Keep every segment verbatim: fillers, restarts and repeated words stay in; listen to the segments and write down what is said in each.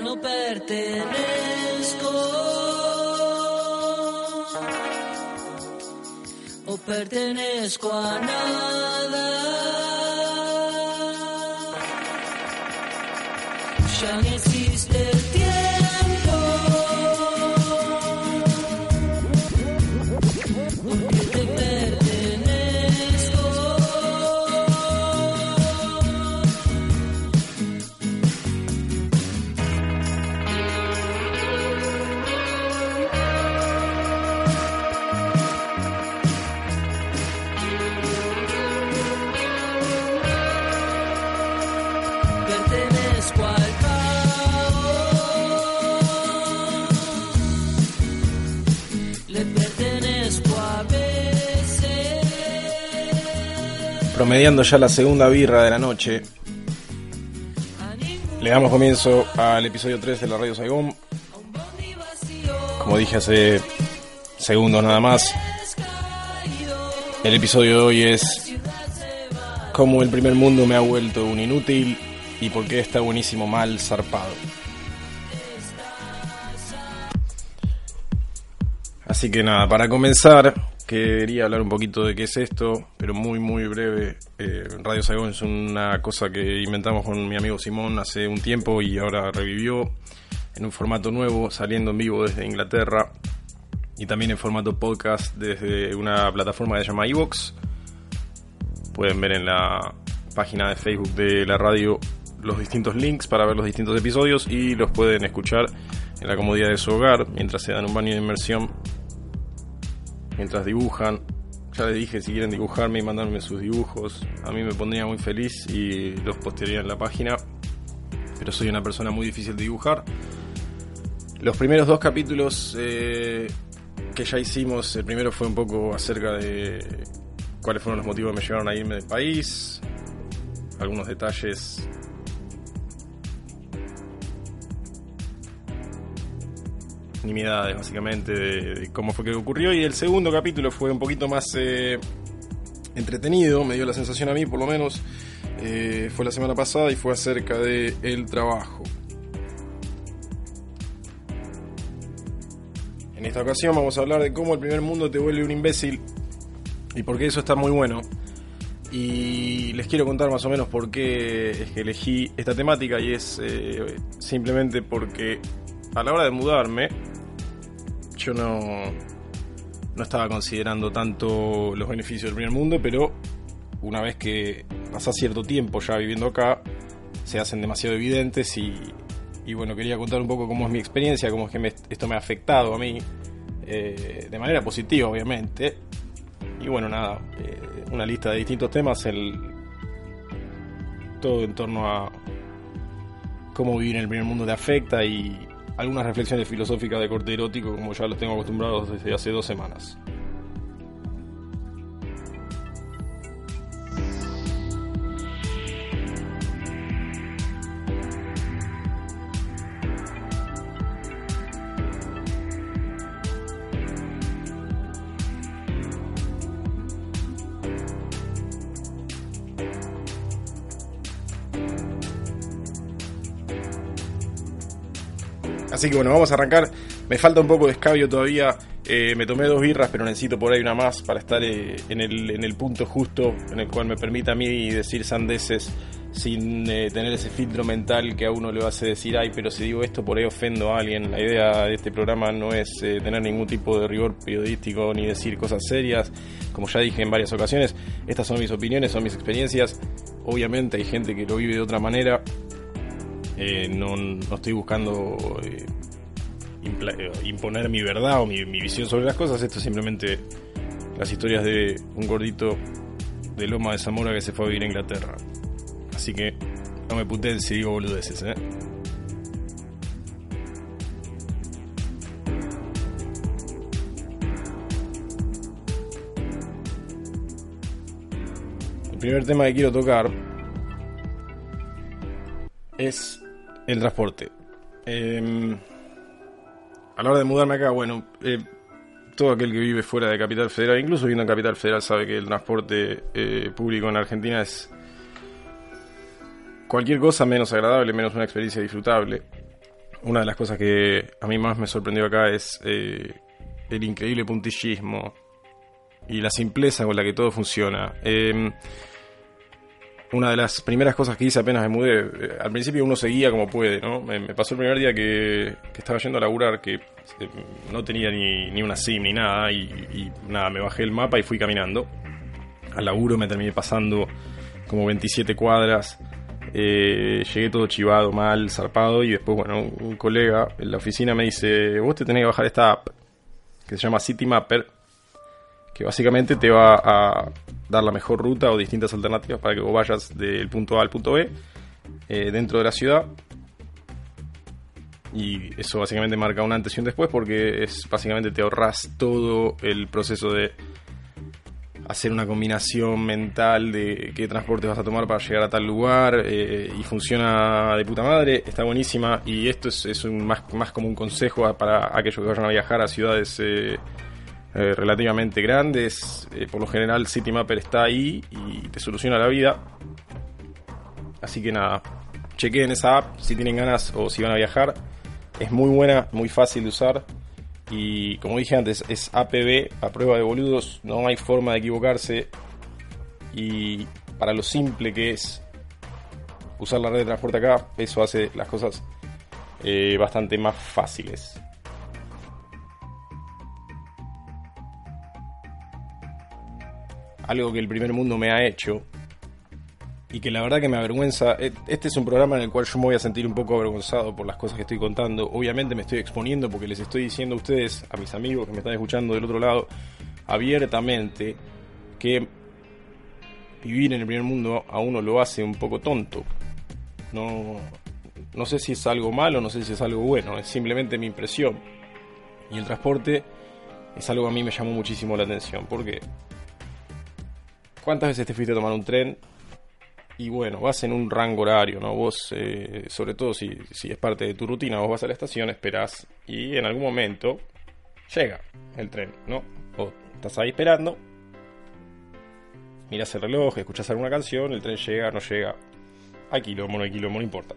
no pertenezco o pertenezco a nada. Ya no existe el tiempo, porque te pertenezco. Pertenezco al promediando ya la segunda birra de la noche, le damos comienzo al episodio tres de la Radio Saigón. Como dije hace segundos nada más, el episodio de hoy es cómo el primer mundo me ha vuelto un inútil y por qué está buenísimo mal zarpado. Así que nada, para comenzar quería hablar un poquito de qué es esto, pero muy muy breve. eh, Radio Saigón es una cosa que inventamos con mi amigo Simón hace un tiempo y ahora revivió en un formato nuevo, saliendo en vivo desde Inglaterra y también en formato podcast desde una plataforma que se llama iVoox. Pueden ver en la página de Facebook de la radio los distintos links para ver los distintos episodios y los pueden escuchar en la comodidad de su hogar mientras se dan un baño de inmersión, mientras dibujan. Ya les dije, si quieren dibujarme y mandarme sus dibujos, a mí me pondría muy feliz y los postearía en la página, pero soy una persona muy difícil de dibujar. Los primeros dos capítulos eh, que ya hicimos, el primero fue un poco acerca de cuáles fueron los motivos que me llevaron a irme del país, algunos detalles nimiedades básicamente de, de cómo fue que ocurrió, y el segundo capítulo fue un poquito más eh, entretenido, me dio la sensación a mí por lo menos. Eh, fue la semana pasada y fue acerca de el trabajo. En esta ocasión vamos a hablar de cómo el primer mundo te vuelve un imbécil y por qué eso está muy bueno. Y les quiero contar más o menos por qué es que elegí esta temática, y es eh, simplemente porque a la hora de mudarme yo no, no estaba considerando tanto los beneficios del primer mundo, pero una vez que pasás cierto tiempo ya viviendo acá se hacen demasiado evidentes y, y bueno, quería contar un poco cómo es mi experiencia, cómo es que me, esto me ha afectado a mí eh, de manera positiva obviamente. Y bueno, nada, eh, una lista de distintos temas, el, todo en torno a cómo vivir en el primer mundo te afecta y algunas reflexiones filosóficas de corte erótico, como ya los tengo acostumbrados desde hace dos semanas. Así que bueno, vamos a arrancar. Me falta un poco de escabio todavía. Eh, me tomé dos birras, pero necesito por ahí una más para estar eh, en, el, en el punto justo en el cual me permita a mí decir sandeces sin eh, tener ese filtro mental que a uno le hace decir, ay, pero si digo esto por ahí ofendo a alguien. La idea de este programa no es eh, tener ningún tipo de rigor periodístico ni decir cosas serias. Como ya dije en varias ocasiones, estas son mis opiniones, son mis experiencias. Obviamente hay gente que lo vive de otra manera. Eh, no, no estoy buscando eh, impla- eh, imponer mi verdad o mi, mi visión sobre las cosas. Esto es simplemente las historias de un gordito de Loma de Zamora que se fue a vivir a Inglaterra. Así que no me puteen si digo boludeces, ¿eh? El primer tema que quiero tocar es el transporte. Eh, a la hora de mudarme acá, bueno, eh, todo aquel que vive fuera de Capital Federal, incluso viviendo en Capital Federal, sabe que el transporte eh, público en Argentina es cualquier cosa menos agradable, menos una experiencia disfrutable. una de las cosas que a mí más me sorprendió acá es eh, el increíble puntillismo y la simpleza con la que todo funciona. Eh, una de las primeras cosas que hice apenas me mudé, eh, al principio uno seguía como puede, ¿no? Me, me pasó el primer día que, que estaba yendo a laburar, que eh, no tenía ni, ni una SIM ni nada, y, y nada, me bajé el mapa y fui caminando. Al laburo me terminé pasando como veintisiete cuadras, eh, llegué todo chivado, mal, zarpado, y después, bueno, un, un colega en la oficina me dice, vos te tenés que bajar esta app, que se llama Citymapper, que básicamente te va a dar la mejor ruta o distintas alternativas para que vos vayas del punto A al punto B eh, dentro de la ciudad. Y eso básicamente marca un antes y un después, porque es básicamente te ahorras todo el proceso de hacer una combinación mental de qué transporte vas a tomar para llegar a tal lugar, eh, y funciona de puta madre, está buenísima. Y esto es, es un, más, más como un consejo para aquellos que vayan a viajar a ciudades eh, eh, relativamente grandes. Eh, por lo general Citymapper está ahí y te soluciona la vida. Así que nada, chequeen esa app si tienen ganas o si van a viajar. Es muy buena, muy fácil de usar. Y como dije antes, es A P B, a prueba de boludos, no hay forma de equivocarse. Y para lo simple que es usar la red de transporte acá, eso hace las cosas eh, bastante más fáciles. Algo que el primer mundo me ha hecho y que la verdad que me avergüenza. Este es un programa en el cual yo me voy a sentir un poco avergonzado por las cosas que estoy contando. Obviamente me estoy exponiendo porque les estoy diciendo a ustedes, a mis amigos que me están escuchando del otro lado, abiertamente, que vivir en el primer mundo a uno lo hace un poco tonto. No, no sé si es algo malo, no sé si es algo bueno, es simplemente mi impresión. Y el transporte es algo que a mí me llamó muchísimo la atención. ¿Por qué? ¿Cuántas veces te fuiste a tomar un tren? Y bueno, vas en un rango horario, ¿no? Vos, eh, sobre todo si, si es parte de tu rutina, vos vas a la estación, esperás y en algún momento llega el tren, ¿no? O estás ahí esperando, mirás el reloj, escuchás alguna canción, el tren llega, no llega. Hay quilombo, no hay quilombo, no importa.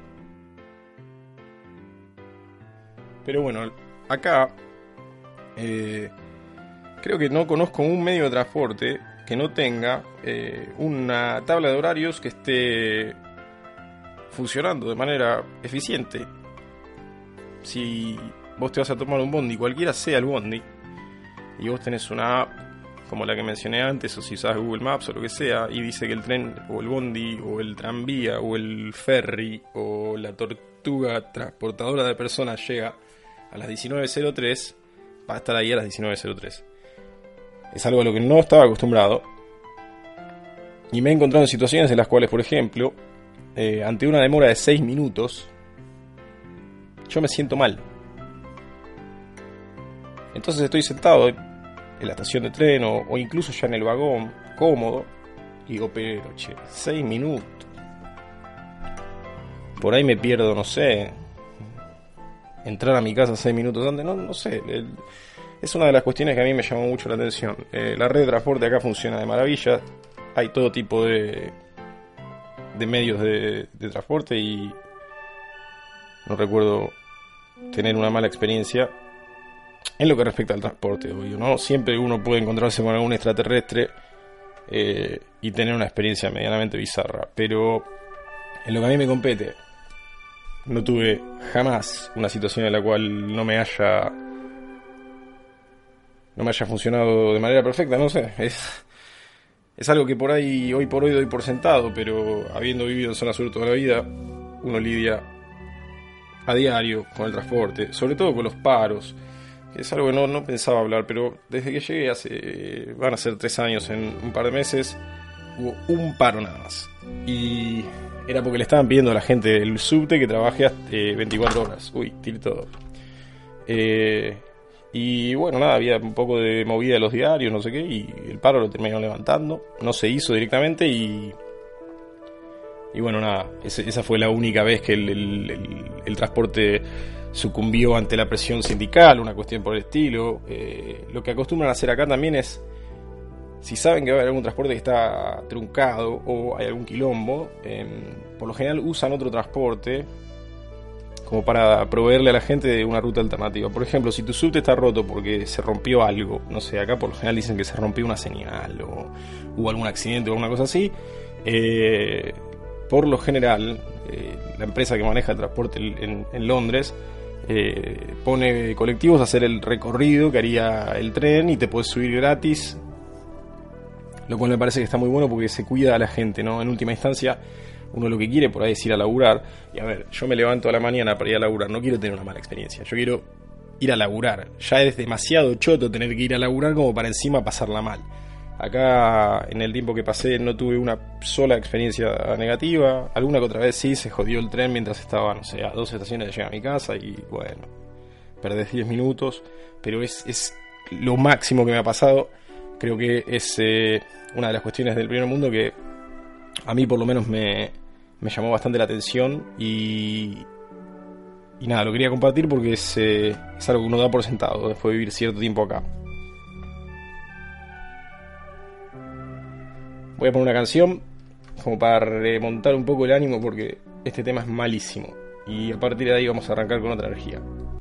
Pero bueno, acá eh, creo que no conozco un medio de transporte que no tenga eh, una tabla de horarios que esté funcionando de manera eficiente. Si vos te vas a tomar un bondi, cualquiera sea el bondi, y vos tenés una app como la que mencioné antes, o si usás Google Maps o lo que sea, y dice que el tren o el bondi o el tranvía o el ferry o la tortuga transportadora de personas llega a las diecinueve cero tres, va a estar ahí a las diecinueve cero tres. Es algo a lo que no estaba acostumbrado. Y me he encontrado en situaciones en las cuales, por ejemplo, eh, ante una demora de seis minutos, yo me siento mal. Entonces estoy sentado en la estación de tren o, o incluso ya en el vagón, cómodo, y digo, pero che, seis minutos. Por ahí me pierdo, no sé, entrar a mi casa seis minutos antes, no, no sé. El, Es una de las cuestiones que a mí me llamó mucho la atención. Eh, la red de transporte acá funciona de maravilla. Hay todo tipo de, de medios de, de transporte y no recuerdo tener una mala experiencia en lo que respecta al transporte, obvio, ¿no? Siempre uno puede encontrarse con algún extraterrestre eh, y tener una experiencia medianamente bizarra. Pero en lo que a mí me compete, no tuve jamás una situación en la cual no me haya... no me haya funcionado de manera perfecta, no sé, es, es algo que por ahí, hoy por hoy doy por sentado, pero habiendo vivido en zona sur toda la vida, uno lidia a diario con el transporte, sobre todo con los paros, que es algo que no, no pensaba hablar, pero desde que llegué hace, van a ser tres años en un par de meses, hubo un paro nada más, y era porque le estaban pidiendo a la gente del subte que trabaje eh, veinticuatro horas, uy, tiré todo, eh... Y bueno, nada, había un poco de movida de los diarios, no sé qué, y el paro lo terminaron levantando. No se hizo directamente y... Y bueno, nada, ese, esa fue la única vez que el, el, el, el transporte sucumbió ante la presión sindical, una cuestión por el estilo. Eh, lo que acostumbran a hacer acá también es, si saben que va a haber algún transporte que está truncado o hay algún quilombo, eh, por lo general usan otro transporte como para proveerle a la gente de una ruta alternativa. Por ejemplo, si tu subte está roto porque se rompió algo, no sé, acá por lo general dicen que se rompió una señal o hubo algún accidente o alguna cosa así, eh, por lo general eh, la empresa que maneja el transporte en, en Londres eh, pone colectivos a hacer el recorrido que haría el tren y te puedes subir gratis, lo cual me parece que está muy bueno porque se cuida a la gente, ¿no? En última instancia, uno lo que quiere por ahí es ir a laburar. Y a ver, yo me levanto a la mañana para ir a laburar, no quiero tener una mala experiencia, yo quiero ir a laburar. Ya es demasiado choto tener que ir a laburar como para encima pasarla mal. Acá, en el tiempo que pasé, no tuve una sola experiencia negativa. Alguna que otra vez sí, se jodió el tren mientras estaba, no sé, a dos estaciones de llegar a mi casa y bueno, perdés diez minutos, pero es, es lo máximo que me ha pasado. Creo que es eh, una de las cuestiones del primer mundo que a mí por lo menos me, me llamó bastante la atención y, y nada, lo quería compartir porque es, eh, es algo que uno da por sentado después de vivir cierto tiempo acá. Voy a poner una canción como para remontar un poco el ánimo porque este tema es malísimo y a partir de ahí vamos a arrancar con otra energía.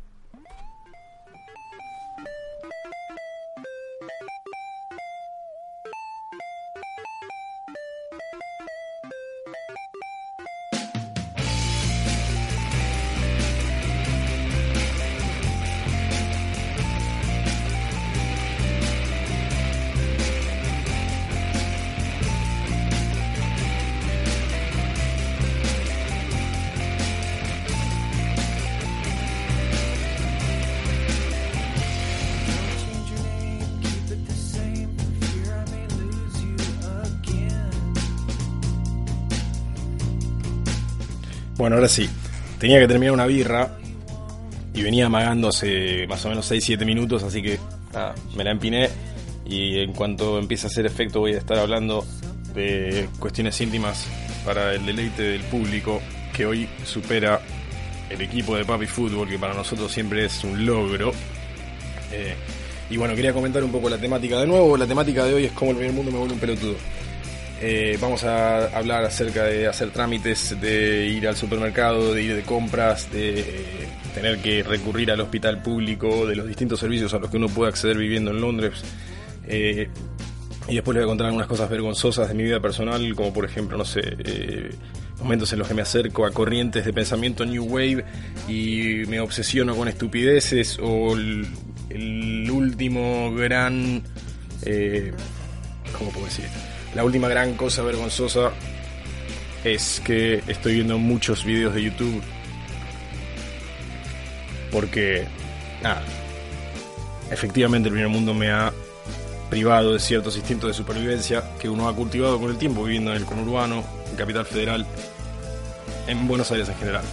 Bueno, ahora sí, tenía que terminar una birra y venía amagando hace más o menos seis siete minutos, así que nada, me la empiné y en cuanto empiece a hacer efecto voy a estar hablando de cuestiones íntimas para el deleite del público, que hoy supera el equipo de Papi Fútbol, que para nosotros siempre es un logro. Eh, y bueno, quería comentar un poco la temática de nuevo. La temática de hoy es cómo el primer mundo me vuelve un pelotudo. Eh, vamos a hablar acerca de hacer trámites, de ir al supermercado, de ir de compras, de eh, tener que recurrir al hospital público, de los distintos servicios a los que uno puede acceder viviendo en Londres. Eh, y después les voy a contar algunas cosas vergonzosas de mi vida personal, como por ejemplo, no sé, eh, momentos en los que me acerco a corrientes de pensamiento New Wave y me obsesiono con estupideces, o el, el último gran... Eh, ¿cómo puedo decir? La última gran cosa vergonzosa es que estoy viendo muchos videos de YouTube porque, nada, efectivamente el primer mundo me ha privado de ciertos instintos de supervivencia que uno ha cultivado con el tiempo viviendo en el conurbano, en Capital Federal, en Buenos Aires en general.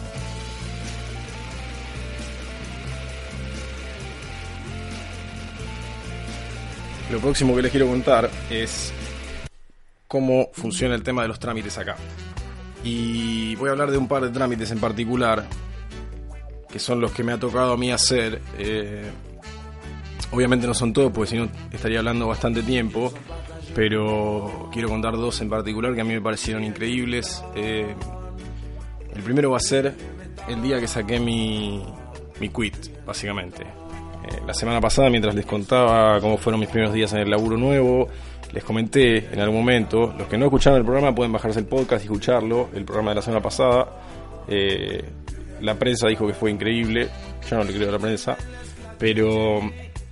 Lo próximo que les quiero contar es cómo funciona el tema de los trámites acá. Y voy a hablar de un par de trámites en particular, que son los que me ha tocado a mí hacer. Eh, obviamente no son todos, porque si no estaría hablando bastante tiempo, pero quiero contar dos en particular que a mí me parecieron increíbles. Eh, el primero va a ser el día que saqué mi, mi quit, básicamente. Eh, la semana pasada, mientras les contaba cómo fueron mis primeros días en el laburo nuevo, les comenté en algún momento, los que no escucharon el programa pueden bajarse el podcast y escucharlo, el programa de la semana pasada. Eh, la prensa dijo que fue increíble, yo no le creo a la prensa, pero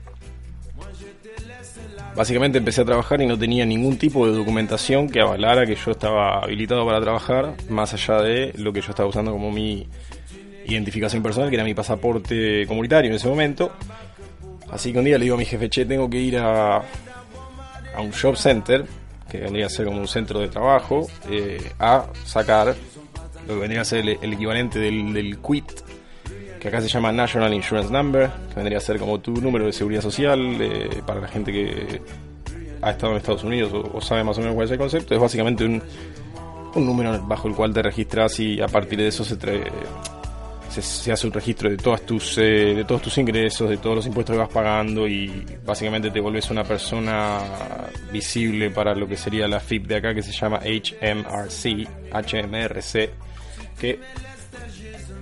básicamente empecé a trabajar y no tenía ningún tipo de documentación que avalara que yo estaba habilitado para trabajar, más allá de lo que yo estaba usando como mi identificación personal, que era mi pasaporte comunitario en ese momento. Así que un día le digo a mi jefe, che, tengo que ir a... a un job center, que vendría a ser como un centro de trabajo, eh, a sacar lo que vendría a ser el, el equivalente del, del quit, que acá se llama National Insurance Number, que vendría a ser como tu número de seguridad social. Eh, para la gente que ha estado en Estados Unidos o, o sabe más o menos cuál es el concepto, es básicamente un, un número bajo el cual te registras y a partir de eso se trae... Se, se hace un registro de todas tus eh, de todos tus ingresos, de todos los impuestos que vas pagando, y básicamente te vuelves una persona visible para lo que sería la F I P de acá, que se llama H M R C, H M R C, que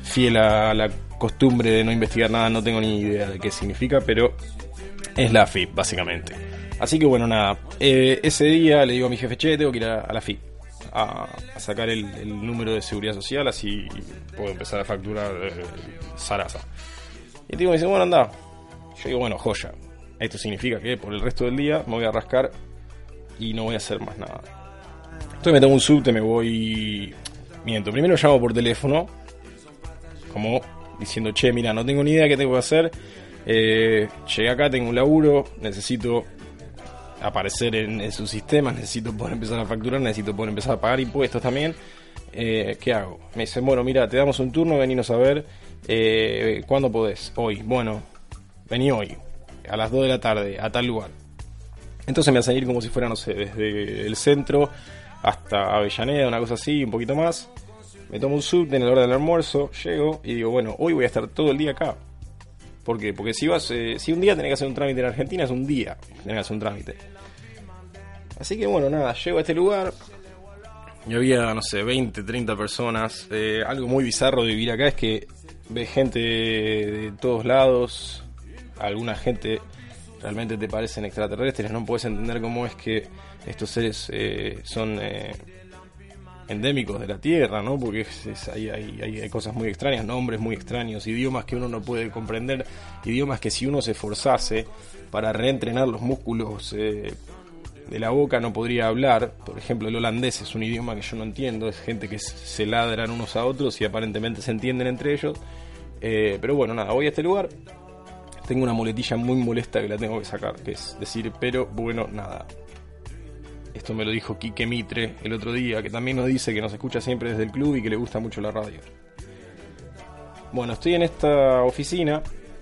fiel a la costumbre de no investigar nada, no tengo ni idea de qué significa, pero es la F I P, básicamente. Así que bueno, nada, eh, ese día le digo a mi jefe, che, tengo que ir a, a la F I P a, a sacar el, el número de seguridad social, así puedo empezar a facturar eh, zaraza. Y el tipo me dice, bueno, anda. Yo digo, bueno, joya. Esto significa que por el resto del día me voy a rascar y no voy a hacer más nada. Entonces me tomo un subte, me voy... Miento, primero llamo por teléfono, como diciendo, che, mira, no tengo ni idea de qué tengo que hacer. Eh, llegué acá, tengo un laburo, necesito aparecer en, en sus sistemas, necesito poder empezar a facturar, necesito poder empezar a pagar impuestos también. Eh, ¿Qué hago? Me dicen, bueno, mira, te damos un turno, veninos a ver eh, ¿cuándo podés? Hoy. Bueno, vení hoy, a las dos de la tarde, a tal lugar. Entonces me hacen ir como si fuera, no sé, desde el centro hasta Avellaneda, una cosa así, un poquito más. Me tomo un subte en la hora del almuerzo, llego y digo, bueno, hoy voy a estar todo el día acá. ¿Por qué? Porque si vas, eh, si un día tenés que hacer un trámite en Argentina, es un día que tenés que hacer un trámite. Así que bueno, nada, llego a este lugar y había, no sé, veinte, treinta personas. Eh, algo muy bizarro de vivir acá es que ves gente de todos lados, alguna gente realmente te parecen extraterrestres, no puedes entender cómo es que estos seres eh, son eh, endémicos de la Tierra, ¿no? Porque es, es, hay, hay, hay cosas muy extrañas, nombres muy extraños, idiomas que uno no puede comprender, idiomas que si uno se esforzase para reentrenar los músculos eh, de la boca no podría hablar. Por ejemplo, el holandés es un idioma que yo no entiendo, es gente que se ladran unos a otros y aparentemente se entienden entre ellos. Eh, pero bueno, nada, voy a este lugar. Tengo una muletilla muy molesta que la tengo que sacar, que es decir, pero bueno, nada. Esto me lo dijo Quique Mitre el otro día, que también nos dice que nos escucha siempre desde el club y que le gusta mucho la radio. Bueno, estoy en esta oficina.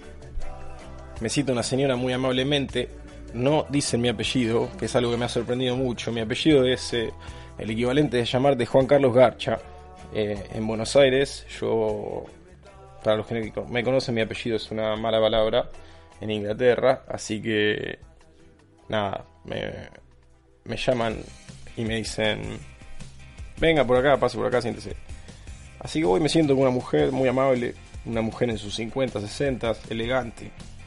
Me cita una señora muy amablemente. No dice mi apellido, que es algo que me ha sorprendido mucho. Mi apellido es eh, el equivalente de llamarte Juan Carlos Garcha eh, en Buenos Aires. Yo... Para los que me conocen, mi apellido es una mala palabra en Inglaterra, así que nada, me, me llaman y me dicen, venga por acá, pase por acá, siéntese. Así que voy, me siento con una mujer muy amable, una mujer en sus cincuenta, sesenta, elegante.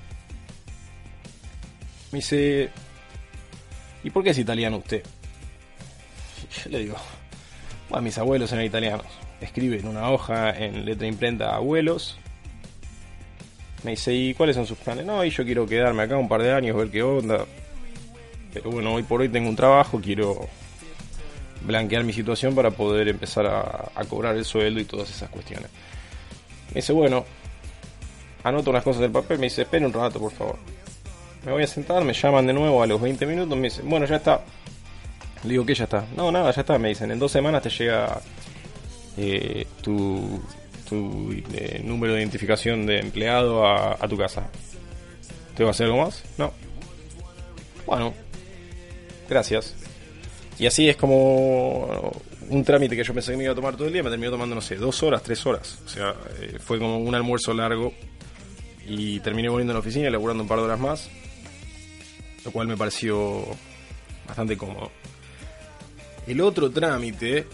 Me dice, ¿y por qué es italiano usted? Y yo le digo, bueno, mis abuelos eran italianos. Escribe en una hoja en letra imprenta abuelos. Me dice, ¿y cuáles son sus planes? No, y yo quiero quedarme acá un par de años, ver qué onda. Pero bueno, hoy por hoy tengo un trabajo, quiero blanquear mi situación para poder empezar a, a cobrar el sueldo y todas esas cuestiones. Me dice, bueno, anoto unas cosas del papel, me dice, espere un rato, por favor. Me voy a sentar, me llaman de nuevo a los veinte minutos, me dicen, bueno, ya está. Le digo, ¿qué ya está? No, nada, ya está, me dicen, en dos semanas te llega... Eh, tu, tu eh, número de identificación de empleado a, a tu casa. ¿Te va a hacer algo más? No. Bueno, gracias. Y así es como un trámite que yo pensé que me iba a tomar todo el día, me terminó tomando, no sé, dos horas, tres horas. O sea, eh, fue como un almuerzo largo y terminé volviendo a la oficina y laburando un par de horas más, lo cual me pareció bastante cómodo. El otro trámite,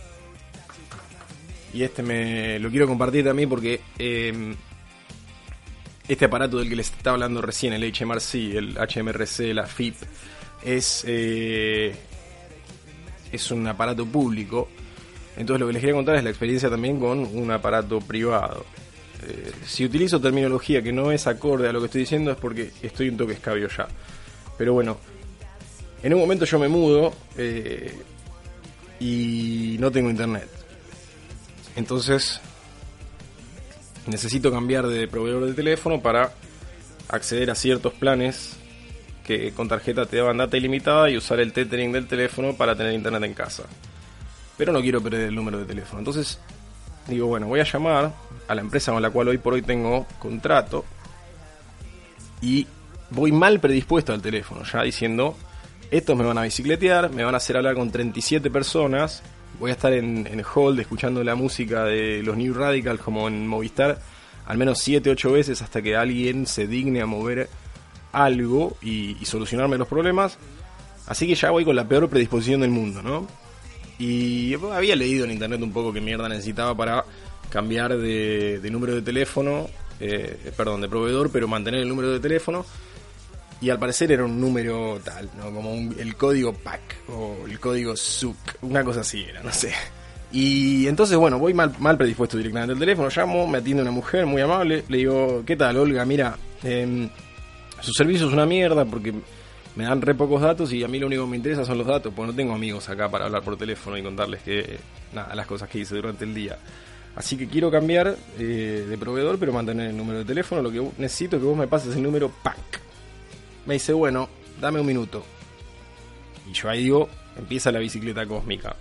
y este me lo quiero compartir también porque eh, este aparato del que les estaba hablando recién, el H M R C, el H M R C, la F I P, es, eh, es un aparato público. Entonces lo que les quería contar es la experiencia también con un aparato privado. Eh, si utilizo terminología que no es acorde a lo que estoy diciendo es porque estoy un toque escabio ya. Pero bueno, en un momento yo me mudo eh, y no tengo internet. Entonces necesito cambiar de proveedor de teléfono para acceder a ciertos planes que con tarjeta te daban data ilimitada y usar el tethering del teléfono para tener internet en casa. Pero no quiero perder el número de teléfono. Entonces digo, bueno, voy a llamar a la empresa con la cual hoy por hoy tengo contrato y voy mal predispuesto al teléfono, ya diciendo, estos me van a bicicletear, me van a hacer hablar con treinta y siete personas. Voy a estar en, en hold escuchando la música de los New Radicals como en Movistar al menos siete, ocho veces hasta que alguien se digne a mover algo y, y solucionarme los problemas. Así que ya voy con la peor predisposición del mundo, ¿no? Y había leído en internet un poco qué mierda necesitaba para cambiar de, de número de teléfono, eh, perdón, de proveedor, pero mantener el número de teléfono. Y al parecer era un número tal, ¿no? Como un, el código P A C o el código S U C, una cosa así era, no sé. Y entonces, bueno, voy mal, mal predispuesto directamente al teléfono, llamo, me atiende una mujer muy amable, le digo, ¿qué tal, Olga? Mira, eh, su servicio es una mierda porque me dan re pocos datos y a mí lo único que me interesa son los datos, porque no tengo amigos acá para hablar por teléfono y contarles que, nada, las cosas que hice durante el día. Así que quiero cambiar eh, de proveedor, pero mantener el número de teléfono. Lo que necesito es que vos me pases el número P A C. Me dice, bueno, dame un minuto. Y yo ahí digo, empieza la bicicleta cósmica.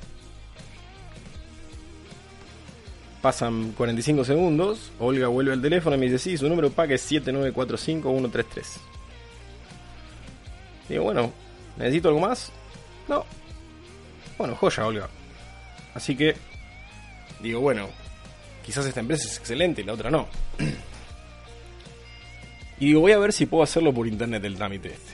Pasan cuarenta y cinco segundos, Olga vuelve al teléfono y me dice, sí, su número P A C es siete nueve cuatro cinco uno tres tres. Digo, bueno, ¿necesito algo más? No. Bueno, joya, Olga. Así que, digo, bueno, quizás esta empresa es excelente y la otra no. Y digo, voy a ver si puedo hacerlo por internet el trámite este.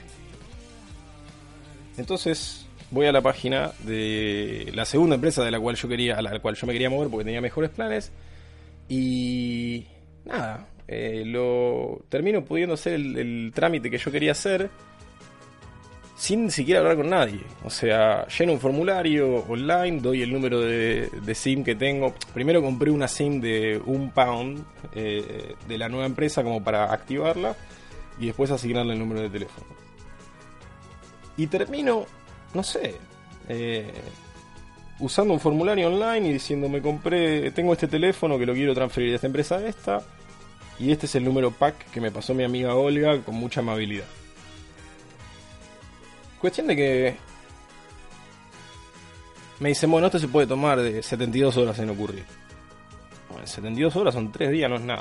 Entonces voy a la página de la segunda empresa de la cual yo quería, a la cual yo me quería mover porque tenía mejores planes. Y nada, eh, lo termino pudiendo hacer el, el trámite que yo quería hacer sin siquiera hablar con nadie. O sea, lleno un formulario online, doy el número de, de SIM que tengo. Primero compré una SIM de un pound eh, de la nueva empresa como para activarla y después asignarle el número de teléfono. Y termino, no sé, eh, usando un formulario online y diciendo, me compré, tengo este teléfono que lo quiero transferir de esta empresa a esta, y este es el número P A C que me pasó mi amiga Olga con mucha amabilidad. Cuestión de que me dicen, bueno, esto se puede tomar de setenta y dos horas en ocurrir. Bueno, setenta y dos horas son tres días, no es nada.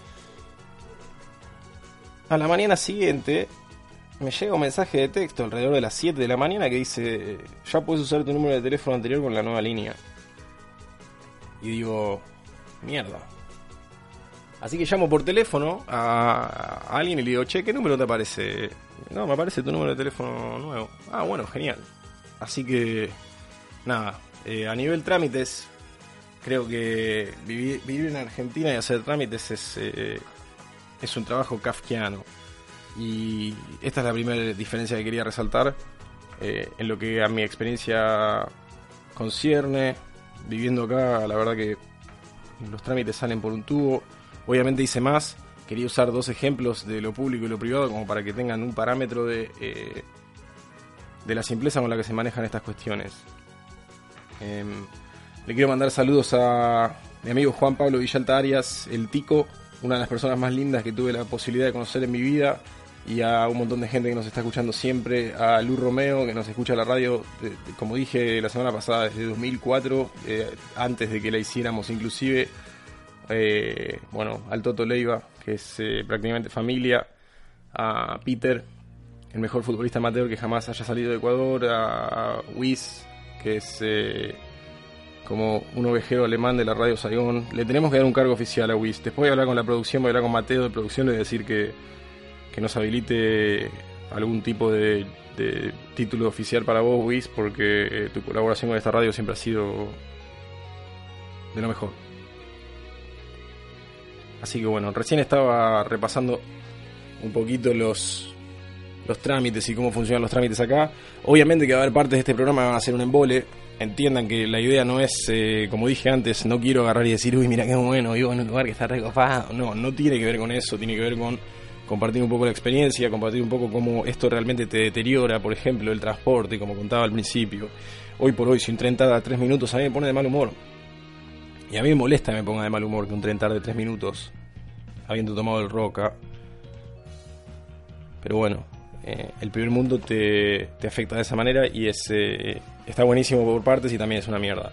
A la mañana siguiente me llega un mensaje de texto alrededor de las siete de la mañana que dice, ya puedes usar tu número de teléfono anterior con la nueva línea. Y digo, mierda. Así que llamo por teléfono a, a alguien y le digo, che, ¿qué número te aparece? No, me aparece tu número de teléfono nuevo. Ah, bueno, genial. Así que, nada, eh, a nivel trámites, creo que vivir, vivir en Argentina y hacer trámites es, eh, es un trabajo kafkiano. Y esta es la primera diferencia que quería resaltar eh, en lo que a mi experiencia concierne. Viviendo acá, la verdad que los trámites salen por un tubo. Obviamente hice más, quería usar dos ejemplos de lo público y lo privado como para que tengan un parámetro de, eh, de la simpleza con la que se manejan estas cuestiones. Eh, le quiero mandar saludos a mi amigo Juan Pablo Villalta Arias, el Tico, una de las personas más lindas que tuve la posibilidad de conocer en mi vida, y a un montón de gente que nos está escuchando siempre, a Lu Romeo, que nos escucha la radio, de, de, como dije la semana pasada, desde dos mil cuatro, eh, antes de que la hiciéramos inclusive. Eh, bueno, al Toto Leiva, que es eh, prácticamente familia, a Peter, el mejor futbolista amateur que jamás haya salido de Ecuador, a Wiz, que es eh, como un ovejero alemán de la radio Saigón. Le tenemos que dar un cargo oficial a Wiz. Después voy a hablar con la producción, voy a hablar con Mateo de producción, le voy a decir que, que nos habilite algún tipo de, de título oficial para vos, Wiz, porque eh, tu colaboración con esta radio siempre ha sido de lo mejor. Así que bueno, recién estaba repasando un poquito los, los trámites y cómo funcionan los trámites acá. Obviamente que va a haber partes de este programa que van a ser un embole. Entiendan que la idea no es, eh, como dije antes, no quiero agarrar y decir, uy, mira qué bueno, vivo en un lugar que está recopado. No, no tiene que ver con eso, tiene que ver con compartir un poco la experiencia, compartir un poco cómo esto realmente te deteriora, por ejemplo, el transporte, como contaba al principio. Hoy por hoy, si un tren tarda tres minutos, a mí me pone de mal humor. Y a mí me molesta que me ponga de mal humor que un tren tarde tres minutos, habiendo tomado el Roca. Pero bueno, eh, el primer mundo te, te afecta de esa manera y es eh, está buenísimo por partes y también es una mierda.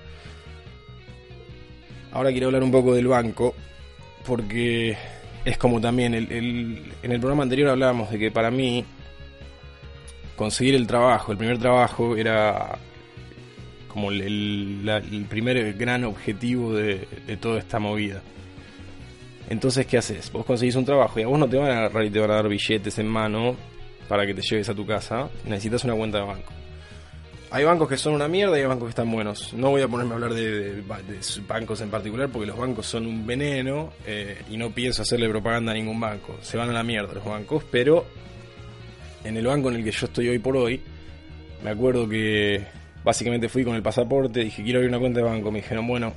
Ahora quiero hablar un poco del banco, porque es como también, el, el, en el programa anterior hablábamos de que para mí conseguir el trabajo, el primer trabajo era como el, el, la, el primer gran objetivo de, de toda esta movida. Entonces, ¿qué haces? Vos conseguís un trabajo y a vos no te van a agarrar y te van a dar billetes en mano para que te lleves a tu casa. Necesitas una cuenta de banco. Hay bancos que son una mierda y hay bancos que están buenos. No voy a ponerme a hablar de, de, de bancos en particular porque los bancos son un veneno eh, y no pienso hacerle propaganda a ningún banco. Se van a la mierda los bancos, pero en el banco en el que yo estoy hoy por hoy, me acuerdo que básicamente fui con el pasaporte, dije quiero abrir una cuenta de banco, me dijeron bueno,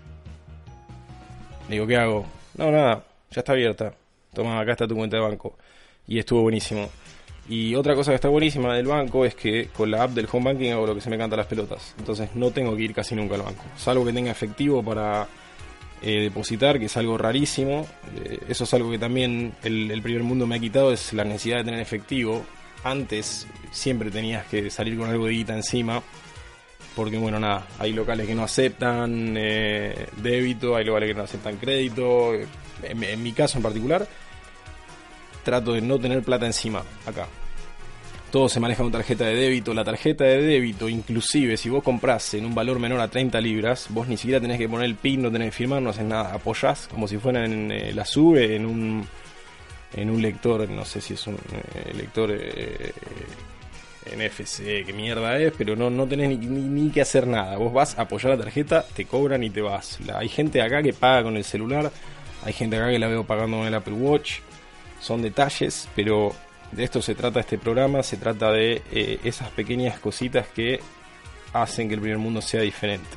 le digo ¿qué hago? No, nada, ya está abierta, toma, acá está tu cuenta de banco. Y estuvo buenísimo. Y otra cosa que está buenísima del banco es que con la app del home banking hago lo que se me canta las pelotas. Entonces no tengo que ir casi nunca al banco. Salvo que tenga efectivo para eh, depositar, que es algo rarísimo. Eh, eso es algo que también el, el primer mundo me ha quitado, es la necesidad de tener efectivo. Antes siempre tenías que salir con algo de guita encima. Porque bueno, nada, hay locales que no aceptan eh, débito, hay locales que no aceptan crédito. En, en mi caso en particular, trato de no tener plata encima acá. Todo se maneja con tarjeta de débito. La tarjeta de débito, inclusive si vos comprás en un valor menor a treinta libras, vos ni siquiera tenés que poner el PIN, no tenés que firmar, no haces nada. Apoyás como si fuera en eh, la SUBE, en un en un lector, no sé si es un eh, lector eh, N F C, qué mierda es, pero no, no tenés ni, ni, ni que hacer nada. Vos vas a apoyar la tarjeta, te cobran y te vas. La, hay gente acá que paga con el celular, hay gente acá que la veo pagando con el Apple Watch. Son detalles, pero de esto se trata este programa, se trata de eh, esas pequeñas cositas que hacen que el primer mundo sea diferente.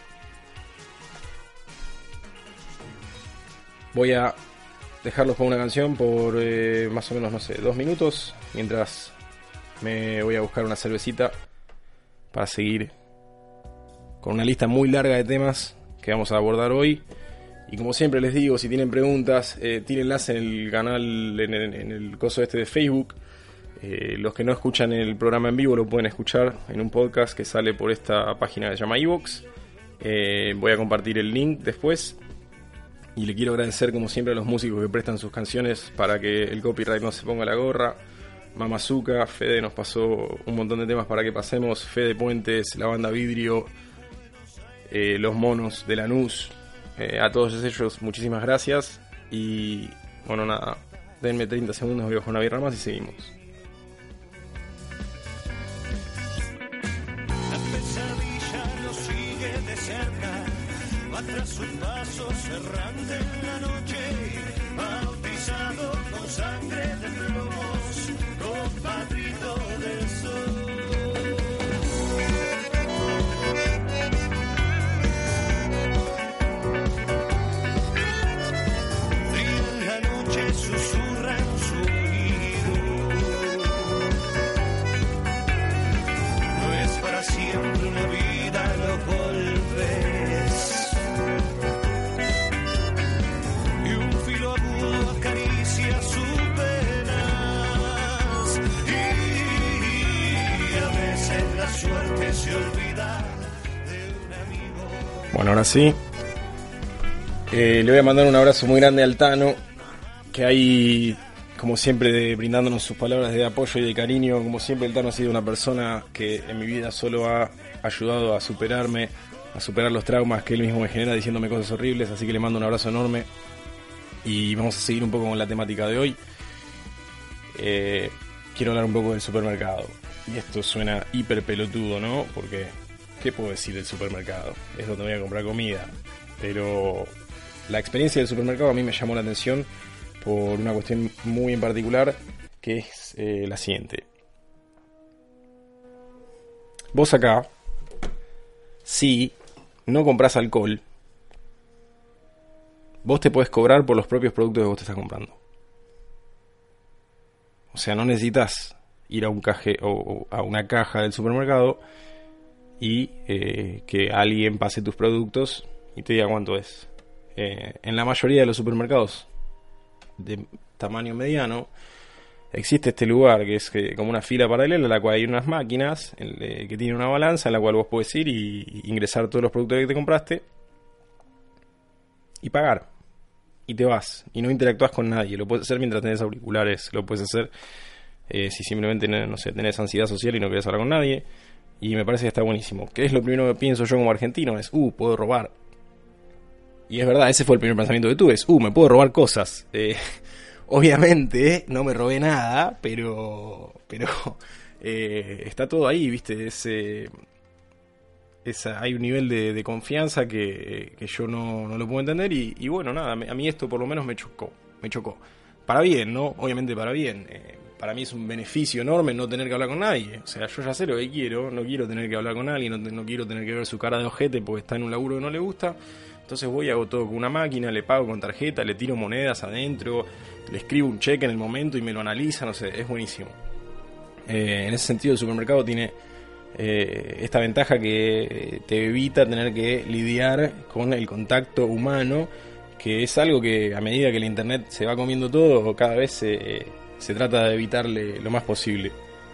Voy a dejarlos con una canción por eh, más o menos, no sé, dos minutos, mientras me voy a buscar una cervecita para seguir con una lista muy larga de temas que vamos a abordar hoy. Y como siempre les digo, si tienen preguntas, eh, tírenlas en el canal, en el, en el coso este de Facebook. Eh, los que no escuchan el programa en vivo lo pueden escuchar en un podcast que sale por esta página que se llama iVoox. Eh, voy a compartir el link después. Y le quiero agradecer como siempre a los músicos que prestan sus canciones para que el copyright no se ponga la gorra. Mamazuka, Fede nos pasó un montón de temas para que pasemos. Fede Puentes, la banda Vidrio, eh, Los Monos de Lanús. Eh, a todos ellos muchísimas gracias. Y bueno, nada, denme treinta segundos, voy a bajar una birra más y seguimos. La pesadilla lo sigue de cerca, va tras un paso errante en la noche, bautizado con sangre de plomos, compadrito del sol. Susurra en su oído. No es para siempre una vida, los golpes. Y un filo agudo acaricia su penas. Y a veces la suerte se olvida de un amigo. Bueno, ahora sí. Eh, le voy a mandar un abrazo muy grande al Tano, que hay, como siempre, de, brindándonos sus palabras de apoyo y de cariño. Como siempre, el Tano ha sido una persona que en mi vida solo ha ayudado a superarme, a superar los traumas que él mismo me genera diciéndome cosas horribles, así que le mando un abrazo enorme. Y vamos a seguir un poco con la temática de hoy. Eh, quiero hablar un poco del supermercado. Y esto suena hiper pelotudo, ¿no? Porque, ¿qué puedo decir del supermercado? Es donde voy a comprar comida. Pero la experiencia del supermercado a mí me llamó la atención por una cuestión muy en particular, que es eh, la siguiente. Vos acá, si no compras alcohol, vos te podés cobrar por los propios productos que vos te estás comprando. O sea, no necesitas ir a un caje o, o a una caja del supermercado y eh, que alguien pase tus productos y te diga cuánto es. Eh, en la mayoría de los supermercados de tamaño mediano existe este lugar que es que, como una fila paralela en la cual hay unas máquinas eh, que tienen una balanza en la cual vos podés ir y, y ingresar todos los productos que te compraste y pagar y te vas y no interactúas con nadie. Lo puedes hacer mientras tenés auriculares, lo puedes hacer eh, si simplemente no sé, tenés ansiedad social y no querés hablar con nadie, y me parece que está buenísimo. ¿Qué es lo primero que pienso yo como argentino? Es, uh, puedo robar. Y es verdad, ese fue el primer pensamiento que tuve, es, uh, me puedo robar cosas. Eh, obviamente no me robé nada, pero pero eh, está todo ahí, ¿viste? Es, eh, es, hay un nivel de, de confianza que, que yo no, no lo puedo entender y, y bueno, nada, a mí esto por lo menos me chocó, me chocó. Para bien, ¿no? Obviamente para bien. Eh, para mí es un beneficio enorme no tener que hablar con nadie. O sea, yo ya sé lo que quiero, no quiero tener que hablar con alguien, no, no quiero tener que ver su cara de ojete porque está en un laburo que no le gusta. Entonces voy y hago todo con una máquina, le pago con tarjeta, le tiro monedas adentro, le escribo un cheque en el momento y me lo analiza, no sé, es buenísimo. Eh, en ese sentido el supermercado tiene eh, esta ventaja que te evita tener que lidiar con el contacto humano, que es algo que a medida que el internet se va comiendo todo, cada vez se, se trata de evitarle lo más posible.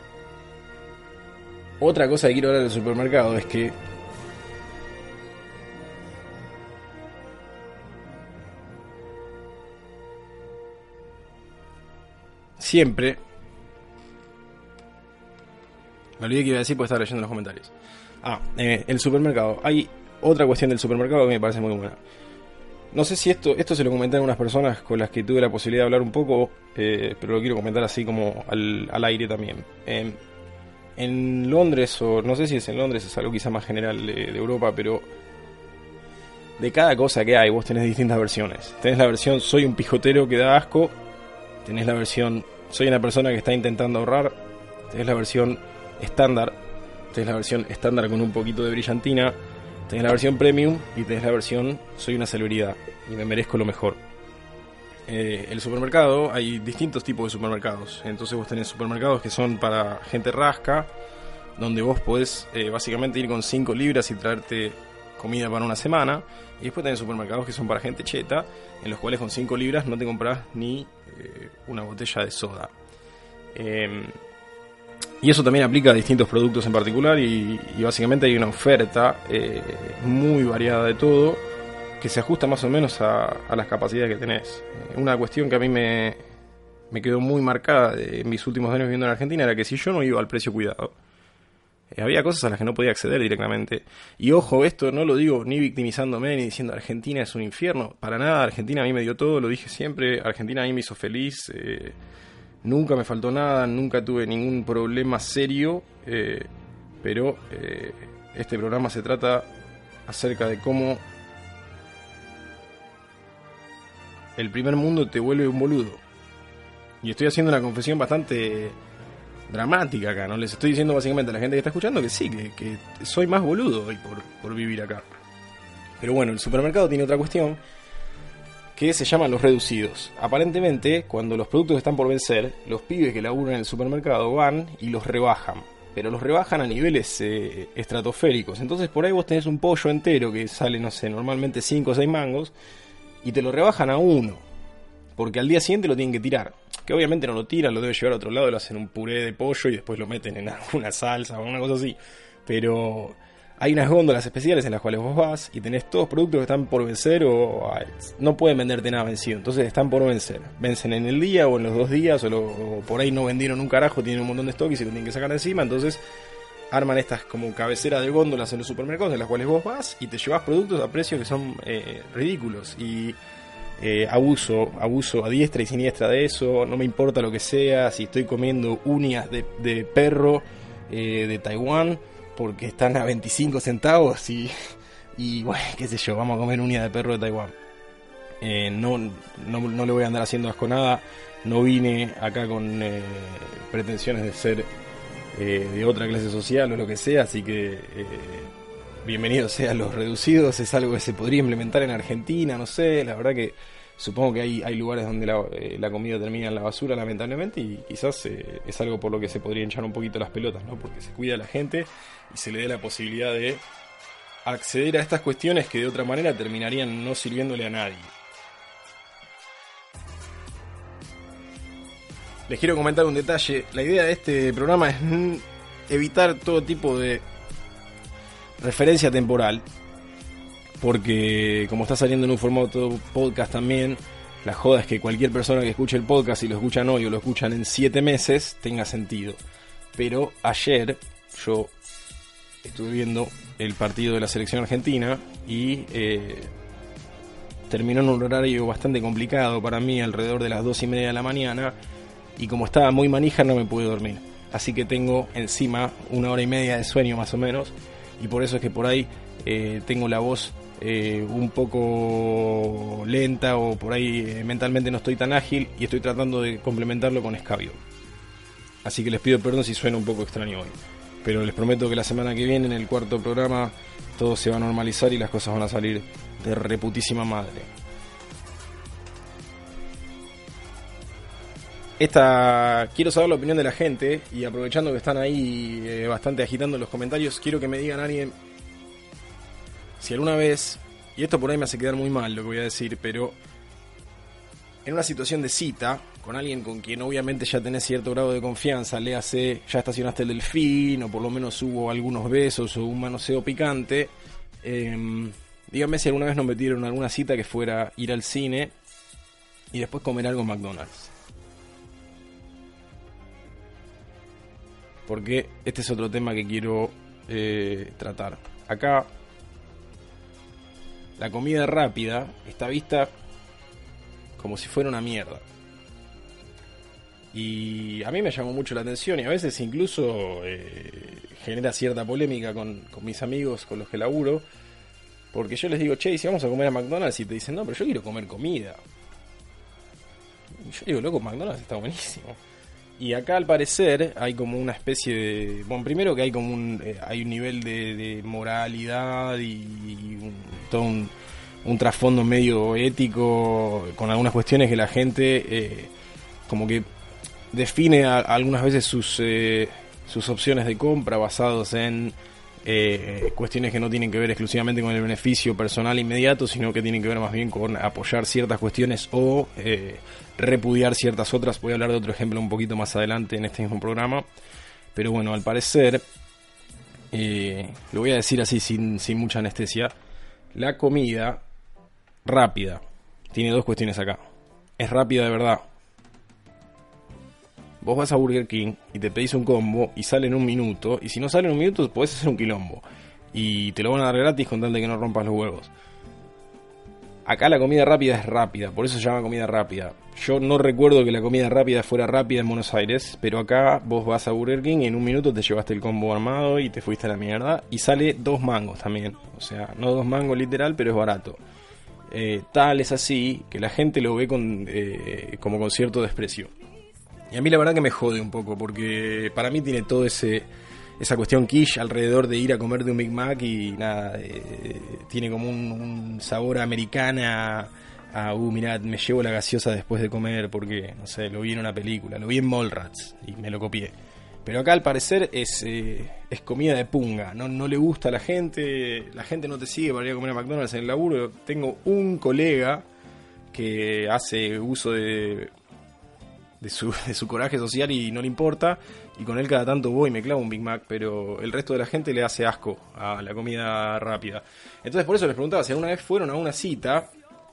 Otra cosa que quiero hablar del supermercado es que siempre... Me olvidé que iba a decir porque estaba leyendo los comentarios. Ah, eh, el supermercado. Hay otra cuestión del supermercado que me parece muy buena. No sé si esto esto se lo comenté a unas personas con las que tuve la posibilidad de hablar un poco, eh, pero lo quiero comentar así como al, al aire también. Eh, en Londres, o no sé si es en Londres, es algo quizá más general de, de Europa, pero de cada cosa que hay vos tenés distintas versiones. Tenés la versión soy un pijotero que da asco, tenés la versión soy una persona que está intentando ahorrar, tenés la versión estándar, tenés la versión estándar con un poquito de brillantina, tenés la versión premium y tenés la versión soy una celebridad y me merezco lo mejor. Eh, el supermercado, hay distintos tipos de supermercados. Entonces vos tenés supermercados que son para gente rasca, donde vos podés eh, básicamente ir con cinco libras y traerte comida para una semana. Y después tenés supermercados que son para gente cheta, en los cuales con cinco libras no te compras ni eh, una botella de soda. Eh, Y eso también aplica a distintos productos en particular y, y básicamente hay una oferta eh, muy variada de todo que se ajusta más o menos a, a las capacidades que tenés. Una cuestión que a mí me, me quedó muy marcada de, en mis últimos años viviendo en Argentina era que si yo no iba al precio cuidado, eh, había cosas a las que no podía acceder directamente. Y ojo, esto no lo digo ni victimizándome ni diciendo Argentina es un infierno. Para nada, Argentina a mí me dio todo, lo dije siempre, Argentina a mí me hizo feliz. Eh, Nunca me faltó nada, nunca tuve ningún problema serio, eh, pero eh, este programa se trata acerca de cómo el primer mundo te vuelve un boludo. Y estoy haciendo una confesión bastante dramática acá, ¿no? Les estoy diciendo básicamente a la gente que está escuchando que sí, que, que soy más boludo hoy por, por vivir acá. Pero bueno, el supermercado tiene otra cuestión que se llaman los reducidos. Aparentemente, cuando los productos están por vencer, los pibes que laburan en el supermercado van y los rebajan. Pero los rebajan a niveles eh, estratosféricos. Entonces por ahí vos tenés un pollo entero que sale, no sé, normalmente cinco o seis mangos, y te lo rebajan a uno. Porque al día siguiente lo tienen que tirar. Que obviamente no lo tiran, lo deben llevar a otro lado, lo hacen un puré de pollo y después lo meten en alguna salsa o una cosa así. Pero hay unas góndolas especiales en las cuales vos vas y tenés todos productos que están por vencer o no pueden venderte nada vencido, entonces están por vencer. Vencen en el día o en los dos días o, lo, o por ahí no vendieron un carajo, tienen un montón de stock y se lo tienen que sacar de encima, entonces arman estas como cabeceras de góndolas en los supermercados en las cuales vos vas y te llevas productos a precios que son eh, ridículos y eh, abuso, abuso a diestra y siniestra de eso, no me importa lo que sea, si estoy comiendo uñas de, de perro eh, de Taiwán porque están a veinticinco centavos y, y bueno, qué sé yo, vamos a comer uña de perro de Taiwán. Eh, no, no, no le voy a andar haciendo asco nada, no vine acá con eh, pretensiones de ser eh, de otra clase social o lo que sea, así que eh, bienvenidos sean los reducidos, es algo que se podría implementar en Argentina, no sé, la verdad que supongo que hay, hay lugares donde la, eh, la comida termina en la basura lamentablemente y quizás eh, es algo por lo que se podría hinchar un poquito las pelotas, ¿no? Porque se cuida a la gente y se le dé la posibilidad de acceder a estas cuestiones que de otra manera terminarían no sirviéndole a nadie. Les quiero comentar un detalle. La idea de este programa es evitar todo tipo de referencia temporal, porque como está saliendo en un formato podcast también, la joda es que cualquier persona que escuche el podcast, si lo escuchan hoy o lo escuchan en siete meses, tenga sentido. Pero ayer yo estuve viendo el partido de la selección argentina y eh, terminó en un horario bastante complicado para mí, alrededor de las dos y media de la mañana, y como estaba muy manija no me pude dormir. así que tengo encima una hora y media de sueño más o menos, y por eso es que por ahí eh, tengo la voz eh, un poco lenta, o por ahí eh, mentalmente no estoy tan ágil, y estoy tratando de complementarlo con escabio. Así que les pido perdón si suena un poco extraño hoy, pero les prometo que la semana que viene, en el cuarto programa, todo se va a normalizar y las cosas van a salir de reputísima madre. Esta, quiero saber la opinión de la gente, y aprovechando que están ahí eh, bastante agitando los comentarios, quiero que me digan a alguien si alguna vez, y esto por ahí me hace quedar muy mal lo que voy a decir, pero en una situación de cita con alguien con quien obviamente ya tenés cierto grado de confianza, léase, ya estacionaste el delfín, o por lo menos hubo algunos besos o un manoseo picante, eh, díganme si alguna vez nos metieron en alguna cita que fuera ir al cine y después comer algo en McDonald's. Porque este es otro tema que quiero eh, tratar. Acá, la comida rápida está vista como si fuera una mierda. Y a mí me llamó mucho la atención, y a veces incluso eh, genera cierta polémica con, con mis amigos con los que laburo. Porque yo les digo, che, si vamos a comer a McDonald's, y te dicen, no, pero yo quiero comer comida. Y yo digo, loco, McDonald's está buenísimo. Y acá al parecer hay como una especie de... Bueno, primero que hay como un eh, hay un nivel de, de moralidad y, y un, todo un, un trasfondo medio ético con algunas cuestiones que la gente eh, como que define a, a algunas veces sus, eh, sus opciones de compra basados en eh, cuestiones que no tienen que ver exclusivamente con el beneficio personal inmediato, sino que tienen que ver más bien con apoyar ciertas cuestiones o... Eh, repudiar ciertas otras. Voy a hablar de otro ejemplo un poquito más adelante en este mismo programa, pero bueno, al parecer eh, lo voy a decir así sin, sin mucha anestesia, la comida rápida tiene dos cuestiones acá. Es rápida de verdad. Vos vas a Burger King y te pedís un combo y sale en un minuto, y si no sale en un minuto podés hacer un quilombo y te lo van a dar gratis con tal de que no rompas los huevos. Acá la comida rápida es rápida, por eso se llama comida rápida. Yo no recuerdo que la comida rápida fuera rápida en Buenos Aires, pero acá vos vas a Burger King y en un minuto te llevaste el combo armado y te fuiste a la mierda. Y sale dos mangos también, o sea, no dos mangos literal, pero es barato. Eh, tal es así que la gente lo ve con, eh, como con cierto desprecio. Y a mí la verdad que me jode un poco, porque para mí tiene todo ese... esa cuestión quiche alrededor de ir a comer de un Big Mac y nada, eh, tiene como un, un sabor americana a, uh, mirá, me llevo la gaseosa después de comer porque, no sé, lo vi en una película, lo vi en Mallrats y me lo copié. Pero acá al parecer es, eh, es comida de punga, no, no le gusta a la gente, la gente no te sigue para ir a comer a McDonald's en el laburo. Tengo un colega que hace uso de... De su, de su coraje social y no le importa, y con él cada tanto voy y me clavo un Big Mac, pero el resto de la gente le hace asco a la comida rápida. Entonces por eso les preguntaba si alguna vez fueron a una cita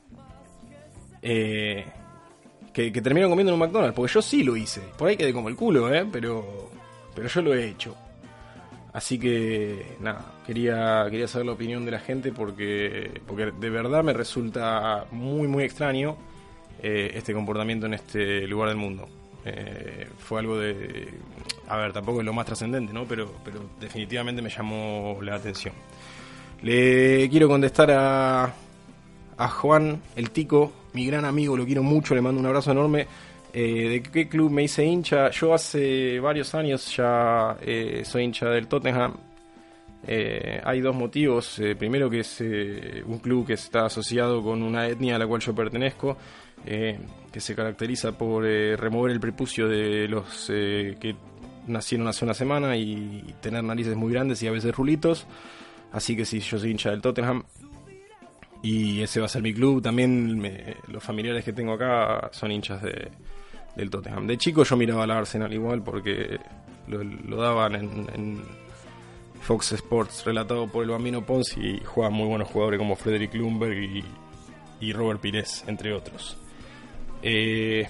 eh, que, que terminaron comiendo en un McDonald's, porque yo sí lo hice, por ahí quedé como el culo, eh, pero, pero yo lo he hecho. Así que nada, quería, quería saber la opinión de la gente porque, porque de verdad me resulta muy muy extraño Eh, este comportamiento en este lugar del mundo. Eh, fue algo de... A ver, tampoco es lo más trascendente, ¿no? Pero, pero definitivamente me llamó la atención. Le quiero contestar a, a Juan, el Tico, mi gran amigo, lo quiero mucho, le mando un abrazo enorme. Eh, ¿De qué club me hice hincha? Yo hace varios años ya eh, soy hincha del Tottenham. Eh, hay dos motivos. Eh, primero, que es eh, un club que está asociado con una etnia a la cual yo pertenezco, eh, que se caracteriza por eh, remover el prepucio de los eh, que nacieron hace una semana y, y tener narices muy grandes y a veces rulitos. Así que sí, yo soy hincha del Tottenham y ese va a ser mi club. También me, los familiares que tengo acá son hinchas de, del Tottenham. De chico yo miraba al Arsenal igual porque lo, lo daban en, en Fox Sports, relatado por el Bambino Pons, y juegan muy buenos jugadores como Frederick Ljungberg y, y Robert Pires, entre otros. Eh,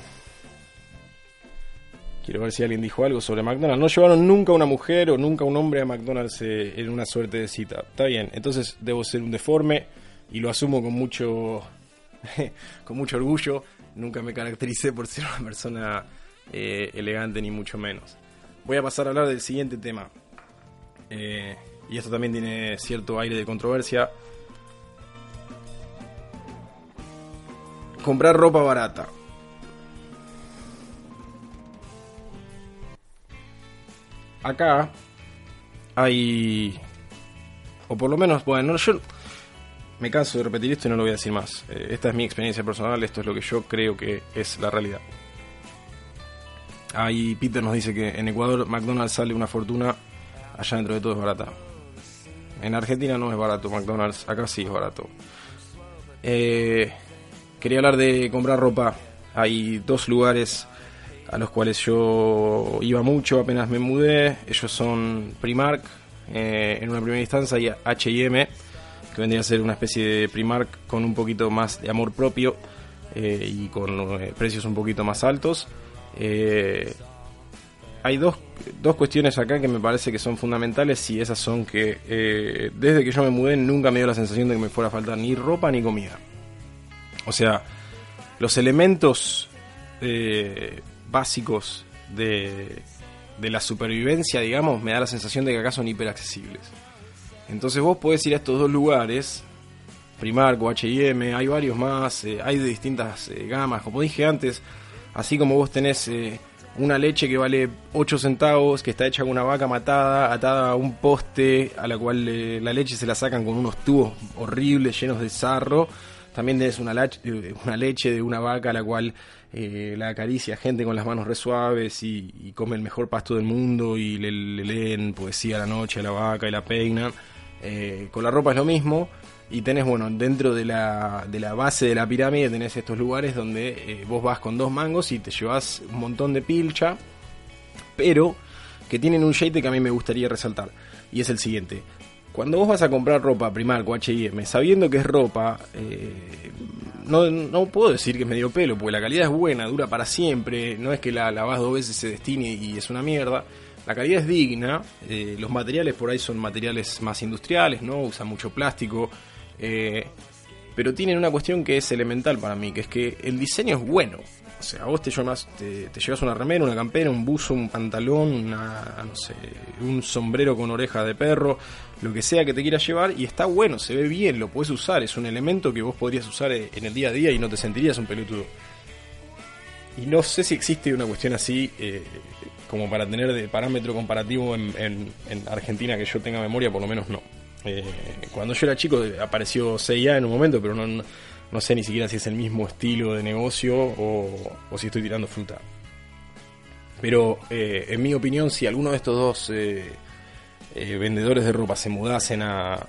quiero ver si alguien dijo algo sobre McDonald's. No llevaron nunca una mujer o nunca un hombre a McDonald's eh, en una suerte de cita. Está bien, entonces debo ser un deforme y lo asumo con mucho con mucho orgullo. Nunca me caractericé por ser una persona eh, elegante, ni mucho menos. voy a pasar a hablar del siguiente tema. Eh, y esto también tiene cierto aire de controversia. Comprar ropa barata. Acá hay, o por lo menos, bueno, yo me canso de repetir esto y no lo voy a decir más. Eh, esta es mi experiencia personal, esto es lo que yo creo que es la realidad. Ahí Peter nos dice que en Ecuador McDonald's sale una fortuna, allá dentro de todo es barata. En Argentina no es barato McDonald's, acá sí es barato. Eh, quería hablar de comprar ropa. Hay dos lugares a los cuales yo iba mucho apenas me mudé. Ellos son Primark, eh, en una primera instancia, y H y M, que vendría a ser una especie de Primark con un poquito más de amor propio, eh, y con eh, precios un poquito más altos. Eh, hay dos, dos cuestiones acá que me parece que son fundamentales, y esas son que eh, desde que yo me mudé nunca me dio la sensación de que me fuera a faltar ni ropa ni comida. O sea, los elementos eh, básicos de, de la supervivencia, digamos, me da la sensación de que acá son hiperaccesibles. Entonces vos podés ir a estos dos lugares, Primark o H y M, hay varios más, eh, hay de distintas eh, gamas, como dije antes. Así como vos tenés eh, una leche que vale ocho centavos, que está hecha con una vaca matada, atada a un poste, a la cual eh, la leche se la sacan con unos tubos horribles llenos de sarro. También tenés una, lach- una leche de una vaca a la cual eh, la acaricia gente con las manos re suaves y, y come el mejor pasto del mundo, y le, le leen poesía a la noche a la vaca y la peinan. Eh, con la ropa es lo mismo. Y tenés, bueno, dentro de la, de la base de la pirámide tenés estos lugares donde eh, vos vas con dos mangos y te llevas un montón de pilcha, pero que tienen un shade que a mí me gustaría resaltar, y es el siguiente. Cuando vos vas a comprar ropa Primark o H y M, sabiendo que es ropa, eh, no, no puedo decir que es medio pelo, porque la calidad es buena, dura para siempre, no es que la lavas dos veces se destine y es una mierda. La calidad es digna, eh, los materiales por ahí son materiales más industriales, ¿no? Usan mucho plástico. Eh, pero tienen una cuestión que es elemental para mí, que es que el diseño es bueno. O sea, vos te llevas, te, te llevas una remera, una campera, un buzo, un pantalón, una, no sé, un sombrero con oreja de perro, lo que sea que te quieras llevar, y está bueno, se ve bien, lo podés usar, es un elemento que vos podrías usar en el día a día y no te sentirías un pelotudo. Y no sé si existe una cuestión así, eh, como para tener de parámetro comparativo en, en, en Argentina, que yo tenga memoria, por lo menos no. Eh, cuando yo era chico apareció C y A en un momento, pero no, no, no sé ni siquiera si es el mismo estilo de negocio o, o si estoy tirando fruta. Pero eh, en mi opinión, si alguno de estos dos eh, eh, vendedores de ropa se mudasen a,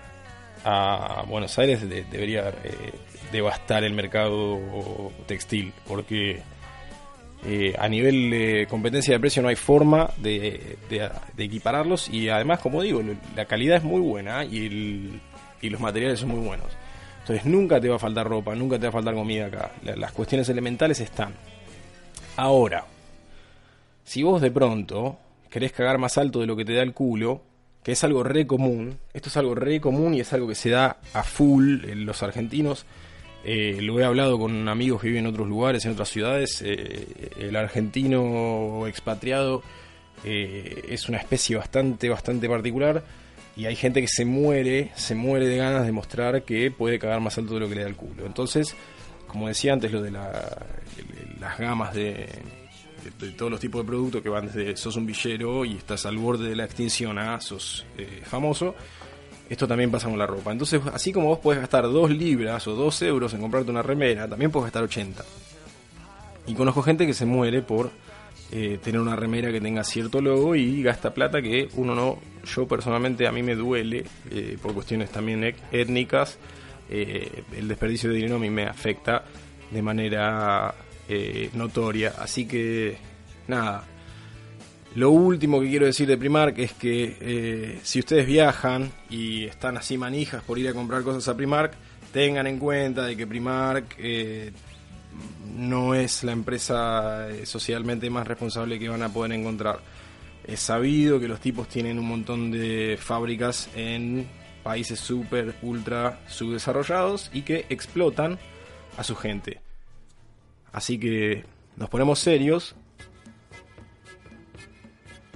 a Buenos Aires, de, debería eh, devastar el mercado textil, porque Eh, a nivel de competencia de precio no hay forma de, de, de equipararlos, y además, como digo, la calidad es muy buena y, el, y los materiales son muy buenos. Entonces nunca te va a faltar ropa, nunca te va a faltar comida acá. Las cuestiones elementales están. Ahora, si vos de pronto querés cagar más alto de lo que te da el culo, que es algo re común, esto es algo re común y es algo que se da a full en los argentinos. Eh, lo he hablado con amigos que viven en otros lugares, en otras ciudades. Eh, el argentino expatriado eh, es una especie bastante, bastante particular, y hay gente que se muere, se muere de ganas de mostrar que puede cagar más alto de lo que le da el culo. Entonces, como decía antes, lo de la, las gamas de, de, de todos los tipos de productos que van desde sos un villero y estás al borde de la extinción a sos eh, famoso. Esto también pasa con la ropa. Entonces, así como vos podés gastar dos libras o dos euros en comprarte una remera, también podés gastar ochenta. Y conozco gente que se muere por eh, tener una remera que tenga cierto logo y gasta plata que uno no... Yo personalmente, a mí me duele, eh, por cuestiones también étnicas. Eh, el desperdicio de dinero a mí me afecta de manera eh, notoria. Así que, nada... Lo último que quiero decir de Primark es que eh, si ustedes viajan y están así manijas por ir a comprar cosas a Primark, tengan en cuenta de que Primark eh, no es la empresa socialmente más responsable que van a poder encontrar. Es sabido que los tipos tienen un montón de fábricas en países súper, ultra subdesarrollados y que explotan a su gente. Así que nos ponemos serios.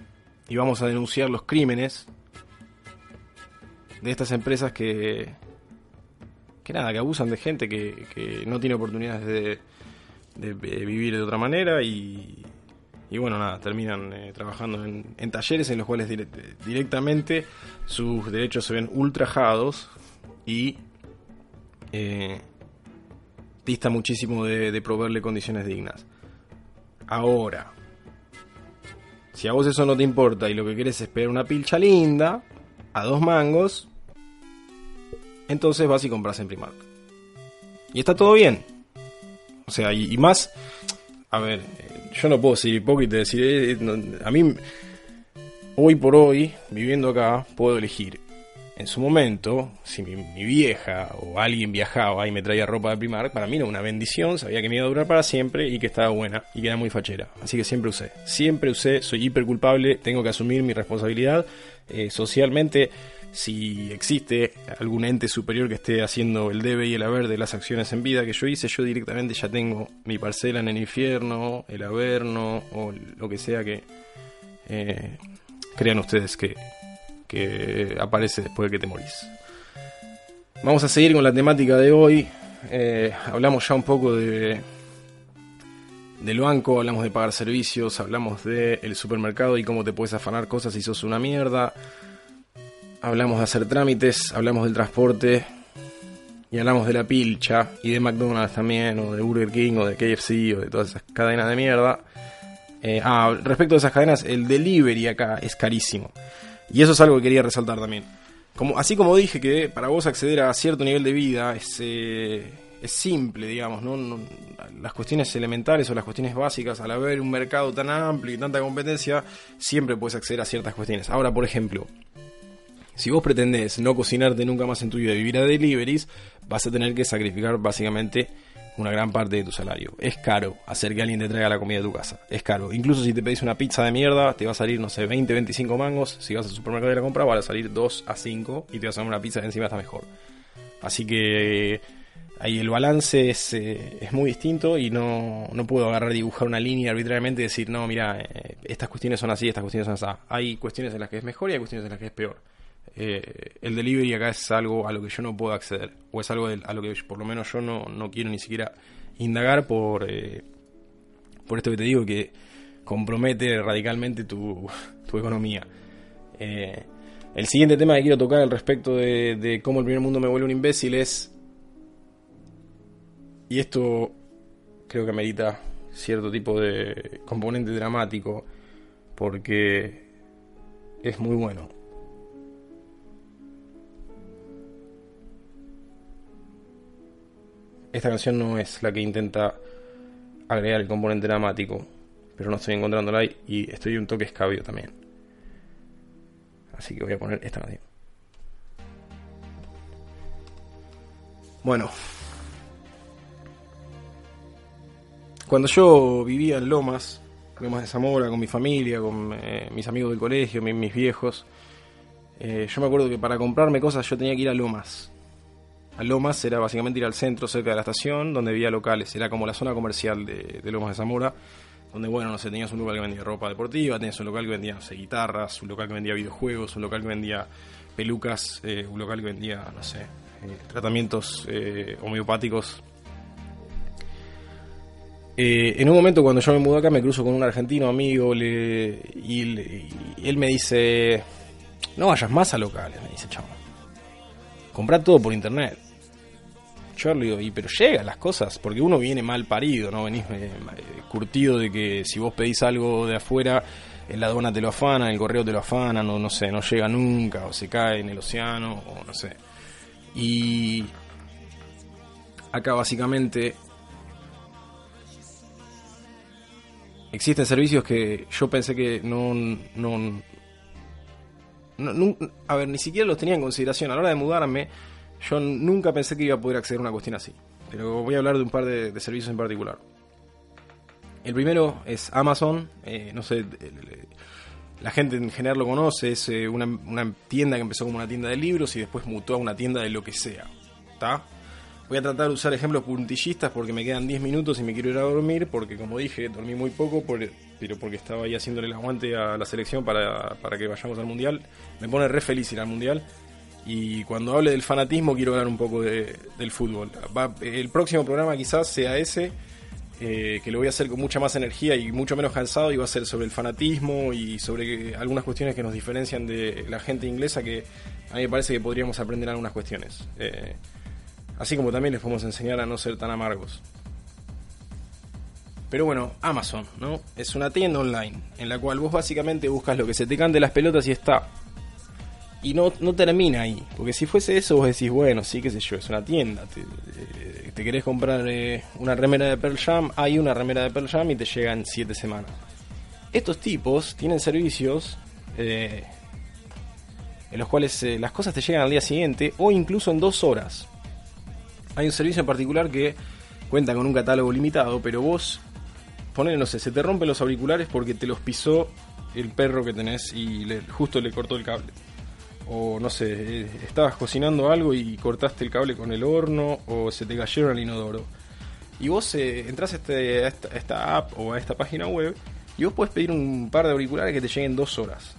y vamos a denunciar los crímenes de estas empresas que, que nada, que abusan de gente que, que no tiene oportunidades de, de, de vivir de otra manera y, y bueno, nada, terminan eh, trabajando en, en talleres en los cuales dire, directamente sus derechos se ven ultrajados y eh, dista muchísimo de, de proveerle condiciones dignas. Ahora, si a vos eso no te importa y lo que querés es pegar una pilcha linda a dos mangos, entonces vas y compras en Primark. Y está todo bien. O sea, y, y más, a ver, yo no puedo ser hipócrita y decir, eh, no, a mí, hoy por hoy, viviendo acá, puedo elegir. En su momento, si mi, mi vieja o alguien viajaba y me traía ropa de Primark, para mí era una bendición, sabía que me iba a durar para siempre y que estaba buena y que era muy fachera. Así que siempre usé, siempre usé, soy hiper culpable, tengo que asumir mi responsabilidad. Eh, socialmente, si existe algún ente superior que esté haciendo el debe y el haber de las acciones en vida que yo hice, yo directamente ya tengo mi parcela en el infierno, el averno o lo que sea que eh, crean ustedes que... que aparece después de que te morís. Vamos a seguir con la temática de hoy. Eh, hablamos ya un poco de del banco, hablamos de pagar servicios, hablamos del supermercado y cómo te puedes afanar cosas si sos una mierda. Hablamos de hacer trámites, hablamos del transporte y hablamos de la pilcha y de McDonald's también, o de Burger King, o de K F C, o de todas esas cadenas de mierda. Eh, ah, respecto a esas cadenas, el delivery acá es carísimo. Y eso es algo que quería resaltar también. Como, así como dije que para vos acceder a cierto nivel de vida es, eh, es simple, digamos, ¿no? No, las cuestiones elementales o las cuestiones básicas, al haber un mercado tan amplio y tanta competencia, siempre puedes acceder a ciertas cuestiones. Ahora, por ejemplo, si vos pretendés no cocinarte nunca más en tu vida y vivir a deliveries, vas a tener que sacrificar básicamente una gran parte de tu salario. Es caro hacer que alguien te traiga la comida de tu casa. Es caro. Incluso si te pedís una pizza de mierda, te va a salir, no sé, veinte, veinticinco mangos. Si vas al supermercado y la compras, van a salir dos a cinco y te vas a comer una pizza que encima está mejor. Así que ahí el balance es, eh, es muy distinto y no, no puedo agarrar y dibujar una línea arbitrariamente y decir, no, mira, eh, estas cuestiones son así, estas cuestiones son así. Hay cuestiones en las que es mejor y hay cuestiones en las que es peor. Eh, el delivery acá es algo a lo que yo no puedo acceder, o es algo de, a lo que por lo menos yo no, no quiero ni siquiera indagar por eh, por esto que te digo, que compromete radicalmente tu, tu economía. Eh, el siguiente tema que quiero tocar al respecto de, de cómo el primer mundo me vuelve un imbécil es, y esto creo que amerita cierto tipo de componente dramático porque es muy bueno. Esta canción no es la que intenta agregar el componente dramático, pero no estoy encontrándola ahí y estoy un toque escabio también. Así que voy a poner esta canción. Bueno, cuando yo vivía en Lomas, Lomas de Zamora, con mi familia, con eh, mis amigos del colegio, mis, mis viejos, eh, yo me acuerdo que para comprarme cosas yo tenía que ir a Lomas. A Lomas era básicamente ir al centro, cerca de la estación, donde había locales. Era como la zona comercial de, de Lomas de Zamora, donde, bueno, no sé, tenías un local que vendía ropa deportiva, tenías un local que vendía, no sé, guitarras, un local que vendía videojuegos, un local que vendía pelucas, eh, un local que vendía, no sé, eh, tratamientos eh, homeopáticos. Eh, en un momento, cuando yo me mudé acá, me cruzo con un argentino amigo le, y, le, y él me dice, no vayas más a locales, me dice, chavo, comprá todo por internet. Yo le digo, y pero llegan las cosas, porque uno viene mal parido, ¿no? Venís eh, curtido de que si vos pedís algo de afuera, en la aduana te lo afanan, el correo te lo afanan, o no sé, no llega nunca, o se cae en el océano, o no sé. Y acá básicamente existen servicios que yo pensé que no, no, no, no, a ver, ni siquiera los tenía en consideración a la hora de mudarme. Yo nunca pensé que iba a poder acceder a una cuestión así, pero voy a hablar de un par de, de servicios en particular. El primero es Amazon. eh, no sé, la gente en general lo conoce. Es eh, una, una tienda que empezó como una tienda de libros y después mutó a una tienda de lo que sea, ¿está? Voy a tratar de usar ejemplos puntillistas porque me quedan diez minutos y me quiero ir a dormir, porque como dije, dormí muy poco, por, pero porque estaba ahí haciéndole el aguante a la selección para, para que vayamos al Mundial. Me pone re feliz ir al Mundial. Y cuando hable del fanatismo quiero hablar un poco de, del fútbol. Va, el próximo programa quizás sea ese, eh, que lo voy a hacer con mucha más energía y mucho menos cansado, y va a ser sobre el fanatismo y sobre algunas cuestiones que nos diferencian de la gente inglesa, que a mí me parece que podríamos aprender algunas cuestiones. Eh, así como también les podemos enseñar a no ser tan amargos. Pero bueno, Amazon, ¿no? Es una tienda online en la cual vos básicamente buscas lo que se te cante las pelotas y está. Y no, no termina ahí, porque si fuese eso vos decís, bueno, sí, qué sé yo, es una tienda, te, te, te querés comprar eh, una remera de Pearl Jam, hay una remera de Pearl Jam y te llega en siete semanas. Estos tipos tienen servicios eh, en los cuales eh, las cosas te llegan al día siguiente o incluso en dos horas. Hay un servicio en particular que cuenta con un catálogo limitado, pero vos, ponele, no sé, se te rompen los auriculares porque te los pisó el perro que tenés y le, justo le cortó el cable. O no sé, estabas cocinando algo y cortaste el cable con el horno, o se te cayeron al inodoro. Y vos eh, entras a, este, a, esta, a esta app o a esta página web y vos podés pedir un par de auriculares que te lleguen dos horas.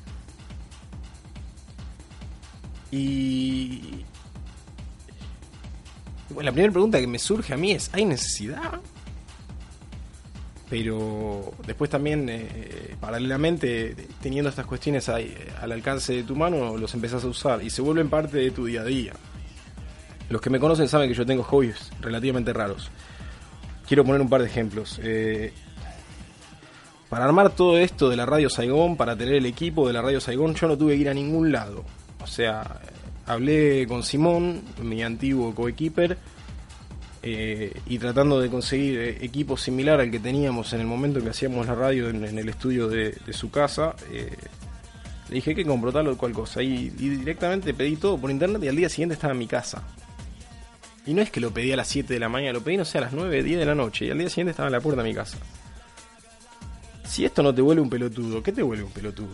Y... Bueno, la primera pregunta que me surge a mí es, ¿hay necesidad? Pero después también, eh, paralelamente, teniendo estas cuestiones ahí, al alcance de tu mano, los empezás a usar y se vuelven parte de tu día a día. Los que me conocen saben que yo tengo hobbies relativamente raros. Quiero poner un par de ejemplos. Eh, para armar todo esto de la Radio Saigón, para tener el equipo de la Radio Saigón, yo no tuve que ir a ningún lado. O sea, hablé con Simón, mi antiguo coequiper, Eh, y tratando de conseguir eh, equipo similar al que teníamos en el momento que hacíamos la radio en, en el estudio de, de su casa, eh, le dije que compro tal o cual cosa y, y directamente pedí todo por internet y al día siguiente estaba en mi casa. Y no es que lo pedí a las siete de la mañana, lo pedí, no sé, a las nueve, diez de la noche y al día siguiente estaba en la puerta de mi casa. Si esto no te vuelve un pelotudo, ¿qué te vuelve un pelotudo?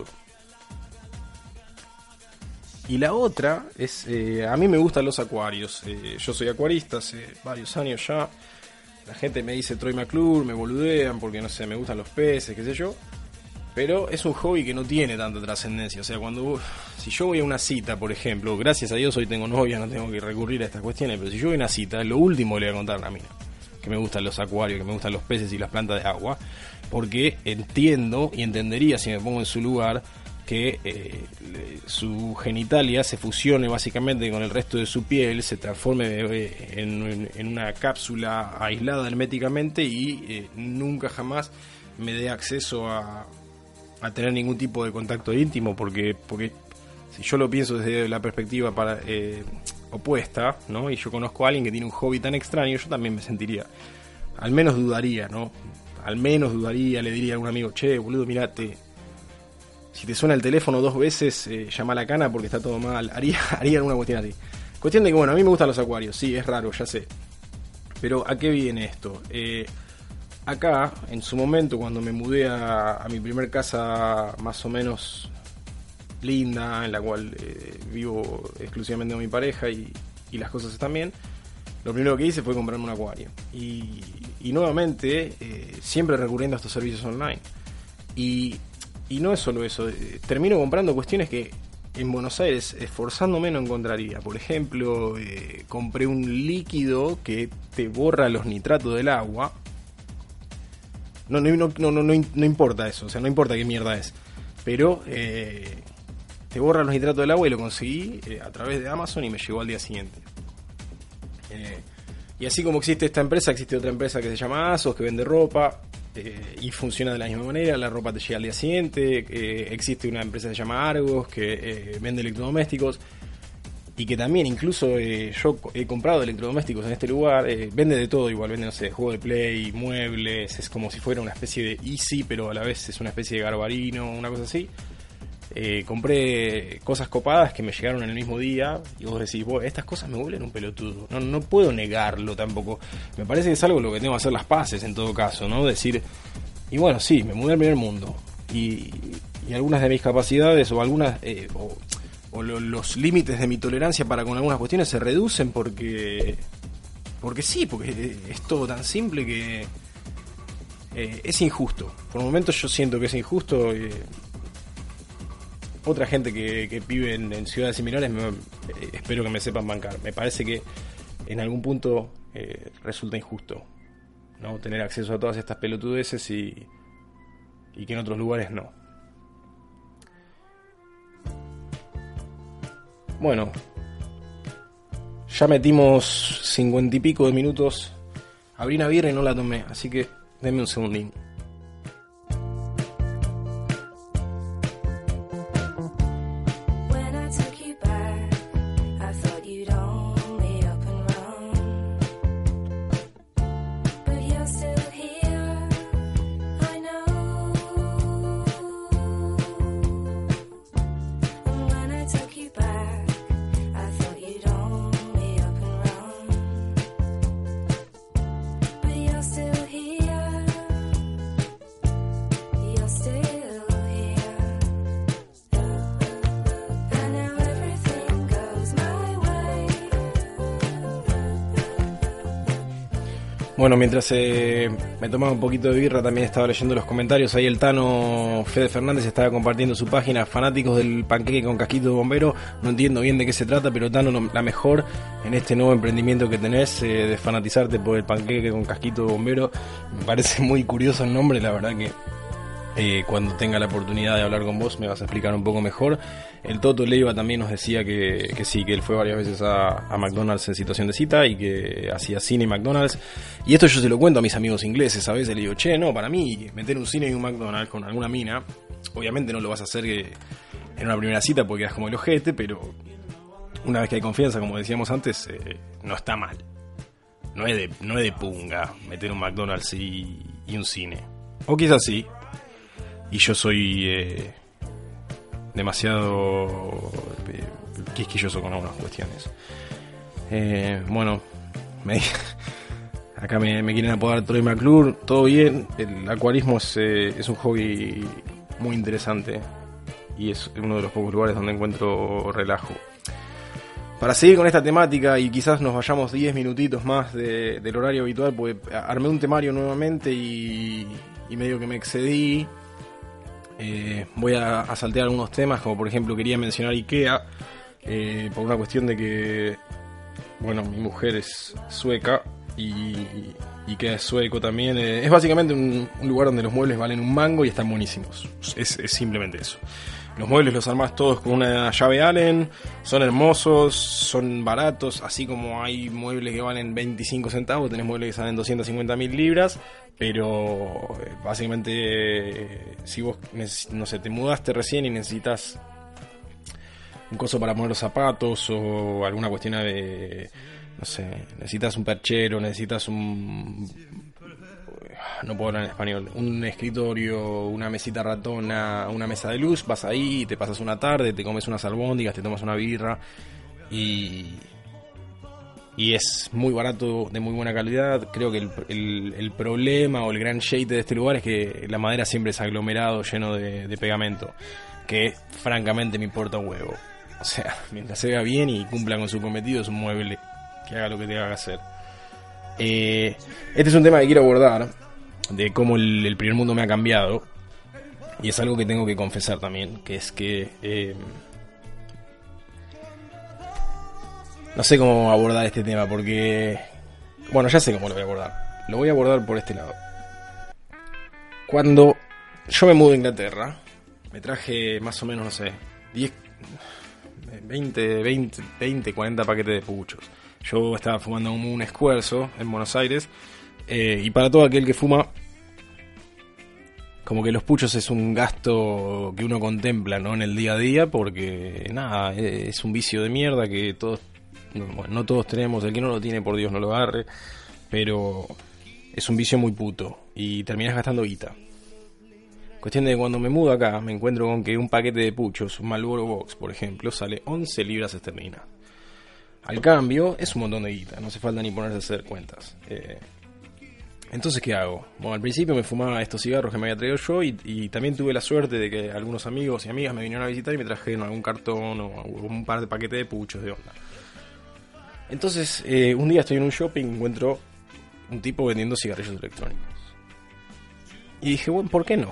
Y la otra es, eh, a mí me gustan los acuarios. Eh, yo soy acuarista hace varios años ya. La gente me dice Troy McClure, me boludean porque no sé, me gustan los peces, qué sé yo. Pero es un hobby que no tiene tanta trascendencia. O sea, cuando si yo voy a una cita, por ejemplo, gracias a Dios hoy tengo novia, no tengo que recurrir a estas cuestiones, pero si yo voy a una cita, es lo último que le voy a contar a la mina. Que me gustan los acuarios, que me gustan los peces y las plantas de agua. Porque entiendo y entendería, si me pongo en su lugar, que eh, su genitalia se fusione básicamente con el resto de su piel, se transforme eh, en, en una cápsula aislada herméticamente y eh, nunca jamás me dé acceso a, a tener ningún tipo de contacto íntimo, porque porque si yo lo pienso desde la perspectiva para, eh, opuesta, ¿no? Y yo conozco a alguien que tiene un hobby tan extraño, yo también me sentiría, al menos dudaría, ¿no? Al menos dudaría, le diría a un amigo, che, boludo, mirate, si te suena el teléfono dos veces, eh, llama a la cana porque está todo mal. Haría, haría alguna cuestión así. Cuestión de que, bueno, a mí me gustan los acuarios. Sí, es raro, ya sé. Pero ¿a qué viene esto? Eh, acá, en su momento, cuando me mudé a, a mi primer casa más o menos linda, en la cual eh, vivo exclusivamente con mi pareja y, y las cosas están bien, lo primero que hice fue comprarme un acuario. Y, y nuevamente, eh, siempre recurriendo a estos servicios online. Y... Y no es solo eso, termino comprando cuestiones que en Buenos Aires, esforzándome, no encontraría. Por ejemplo, eh, compré un líquido que te borra los nitratos del agua. No, no, no, no, no, no importa eso, o sea, no importa qué mierda es. Pero eh, te borra los nitratos del agua y lo conseguí eh, a través de Amazon y me llegó al día siguiente. Eh, y así como existe esta empresa, existe otra empresa que se llama Asos, que vende ropa. Eh, y funciona de la misma manera, la ropa te llega al día siguiente. Eh, existe una empresa que se llama Argos, que eh, vende electrodomésticos y que también incluso eh, yo he comprado electrodomésticos en este lugar. Eh, vende de todo igual, vende, no sé, juego de play, muebles, es como si fuera una especie de Easy, pero a la vez es una especie de Garbarino, una cosa así. Eh, compré cosas copadas que me llegaron en el mismo día y vos decís, bueno, estas cosas me vuelven un pelotudo, no, no puedo negarlo tampoco, me parece que es algo lo que tengo que hacer las paces en todo caso, ¿no? Decir, y bueno, sí, me mudé al primer mundo y, y algunas de mis capacidades o algunas eh, o, o lo, los límites de mi tolerancia para con algunas cuestiones se reducen porque porque sí, porque es todo tan simple que eh, es injusto. Por momentos yo siento que es injusto. Eh, otra gente que, que vive en, en ciudades similares me, eh, espero que me sepan bancar. Me parece que en algún punto eh, resulta injusto, ¿no? Tener acceso a todas estas pelotudeces y, y que en otros lugares no. Bueno, ya metimos cincuenta y pico de minutos. Abrí una birra y no la tomé, así que denme un segundín. Bueno, mientras eh, me tomaba un poquito de birra, también estaba leyendo los comentarios. Ahí el Tano Fede Fernández estaba compartiendo su página. Fanáticos del panqueque con casquito de bombero. No entiendo bien de qué se trata, pero Tano, la mejor en este nuevo emprendimiento que tenés, eh, de fanatizarte por el panqueque con casquito de bombero. Me parece muy curioso el nombre, la verdad que eh, cuando tenga la oportunidad de hablar con vos me vas a explicar un poco mejor. El Toto Leiva también nos decía que, que sí, que él fue varias veces a, a McDonald's en situación de cita y que hacía cine y McDonald's. Y esto yo se lo cuento a mis amigos ingleses. A veces le digo, che, no, para mí meter un cine y un McDonald's con alguna mina, obviamente no lo vas a hacer que en una primera cita porque quedas como el ojete, pero una vez que hay confianza, como decíamos antes, eh, no está mal. No es de, no es de punga meter un McDonald's y, y un cine. O quizás sí. Y yo soy eh, demasiado eh, quisquilloso con algunas cuestiones. Eh, bueno, me, acá me, me quieren apodar Troy McClure. Todo bien. El acuarismo es, eh, es un hobby muy interesante y es uno de los pocos lugares donde encuentro relajo. Para seguir con esta temática y quizás nos vayamos diez minutitos más de, del horario habitual, porque armé un temario nuevamente y, y medio que me excedí. Eh, voy a, a saltear algunos temas, como por ejemplo quería mencionar IKEA, eh, por una cuestión de que, bueno, mi mujer es sueca y IKEA es sueco también. Eh, es básicamente un, un lugar donde los muebles valen un mango y están buenísimos. Es, es simplemente eso. Los muebles los armás todos con una llave Allen, son hermosos, son baratos, así como hay muebles que valen veinticinco centavos, tenés muebles que salen doscientas cincuenta mil libras, pero básicamente si vos, no sé, te mudaste recién y necesitas un coso para poner los zapatos o alguna cuestión de, no sé, necesitas un perchero, necesitas un... no puedo hablar en español, un escritorio, una mesita ratona, una mesa de luz, vas ahí, te pasas una tarde, te comes unas albóndigas, te tomas una birra y y es muy barato, de muy buena calidad. Creo que el, el, el problema o el gran shade de este lugar es que la madera siempre es aglomerado, lleno de, de pegamento, que francamente me importa un huevo. O sea, mientras se vea bien y cumpla con su cometido, es un mueble que haga lo que tenga que hacer. Eh, este es un tema que quiero abordar, de cómo el, el primer mundo me ha cambiado, y es algo que tengo que confesar también, que es que eh, no sé cómo abordar este tema, porque bueno, ya sé cómo lo voy a abordar. Lo voy a abordar por este lado. Cuando yo me mudo a Inglaterra, me traje más o menos, no sé, diez, veinte, veinte, veinte, cuarenta paquetes de puchos. Yo estaba fumando como un esfuerzo en Buenos Aires. Eh, y para todo aquel que fuma, como que los puchos es un gasto que uno contempla, ¿no?, en el día a día, porque nada, es un vicio de mierda que todos, bueno, no todos tenemos. El que no lo tiene, por Dios, no lo agarre, pero es un vicio muy puto y terminás gastando guita. Cuestión de que cuando me mudo acá me encuentro con que un paquete de puchos, un Marlboro Box, por ejemplo, sale once libras esterlinas. Al cambio, es un montón de guita, no hace falta ni ponerse a hacer cuentas. Eh, entonces, ¿qué hago? Bueno, al principio me fumaba estos cigarros que me había traído yo y, y también tuve la suerte de que algunos amigos y amigas me vinieron a visitar y me trajeron algún cartón o un par de paquetes de puchos de onda. Entonces, eh, un día estoy en un shopping, encuentro un tipo vendiendo cigarrillos electrónicos. Y dije, bueno, ¿por qué no?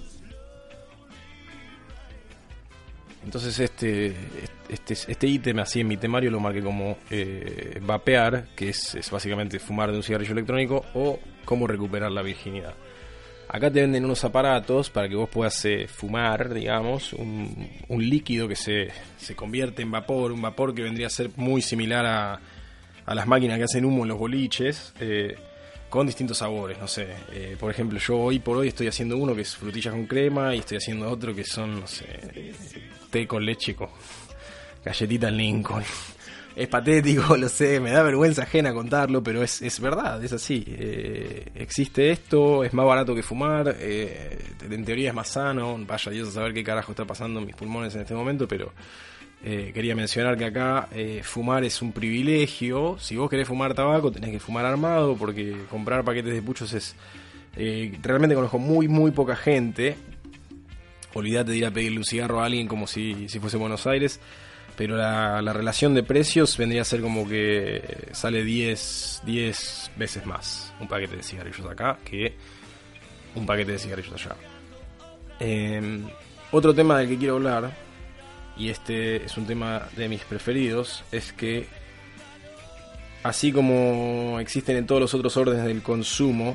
Entonces este este este ítem así en mi temario lo marqué como eh, vapear, que es, es básicamente fumar de un cigarrillo electrónico, o cómo recuperar la virginidad. Acá te venden unos aparatos para que vos puedas eh, fumar, digamos, un, un líquido que se, se convierte en vapor, un vapor que vendría a ser muy similar a, a las máquinas que hacen humo en los boliches, eh, con distintos sabores, no sé. Eh, por ejemplo, yo hoy por hoy estoy haciendo uno que es frutillas con crema y estoy haciendo otro que son, no sé, té con leche con galletitas Lincoln. Es patético, lo sé, me da vergüenza ajena contarlo, pero es, es verdad, es así. Eh, existe esto, es más barato que fumar, eh, en teoría es más sano, vaya Dios a saber qué carajo está pasando en mis pulmones en este momento, pero eh, quería mencionar que acá eh, fumar es un privilegio. Si vos querés fumar tabaco tenés que fumar armado, porque comprar paquetes de puchos es... Eh, realmente conozco muy, muy poca gente. Olvídate de ir a pedirle un cigarro a alguien como si, si fuese Buenos Aires. Pero la, la relación de precios vendría a ser como que sale diez veces más un paquete de cigarrillos acá que un paquete de cigarrillos allá. Eh, otro tema del que quiero hablar, y este es un tema de mis preferidos, es que así como existen en todos los otros órdenes del consumo,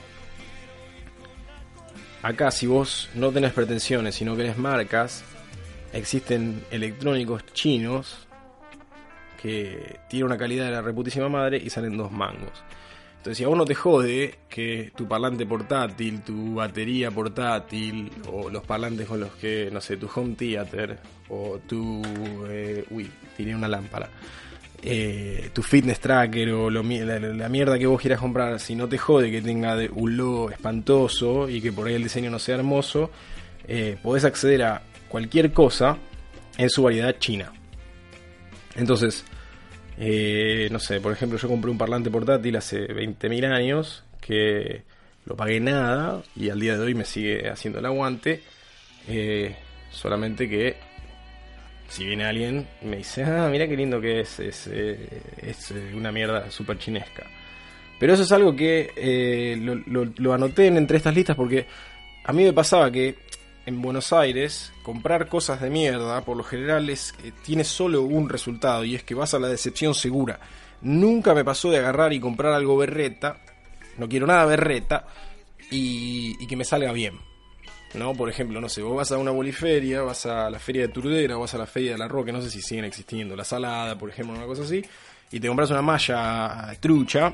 acá si vos no tenés pretensiones y no querés marcas, existen electrónicos chinos que tienen una calidad de la reputísima madre y salen dos mangos. Entonces, si a vos no te jode que tu parlante portátil, tu batería portátil, o los parlantes con los que, no sé, tu home theater, o tu... Eh, uy, tiré una lámpara. Eh, tu fitness tracker, o lo, la, la mierda que vos quieras comprar, si no te jode que tenga de, un logo espantoso y que por ahí el diseño no sea hermoso, eh, podés acceder a cualquier cosa en su variedad china. Entonces, eh, no sé, por ejemplo, yo compré un parlante portátil hace veinte mil años que lo pagué nada y al día de hoy me sigue haciendo el aguante. Eh, solamente que si viene alguien y me dice, ah, mira qué lindo que es, es, eh, es una mierda súper chinesca. Pero eso es algo que eh, lo, lo, lo anoté en, entre estas listas porque a mí me pasaba que en Buenos Aires, comprar cosas de mierda, por lo general, es, eh, tiene solo un resultado, y es que vas a la decepción segura. Nunca me pasó de agarrar y comprar algo berreta, no quiero nada berreta, y, y que me salga bien. ¿No? Por ejemplo, no sé, vos vas a una boliferia, vas a la feria de Turdera, vas a la feria de la Roque, no sé si siguen existiendo, la Salada, por ejemplo, una cosa así, y te compras una malla trucha,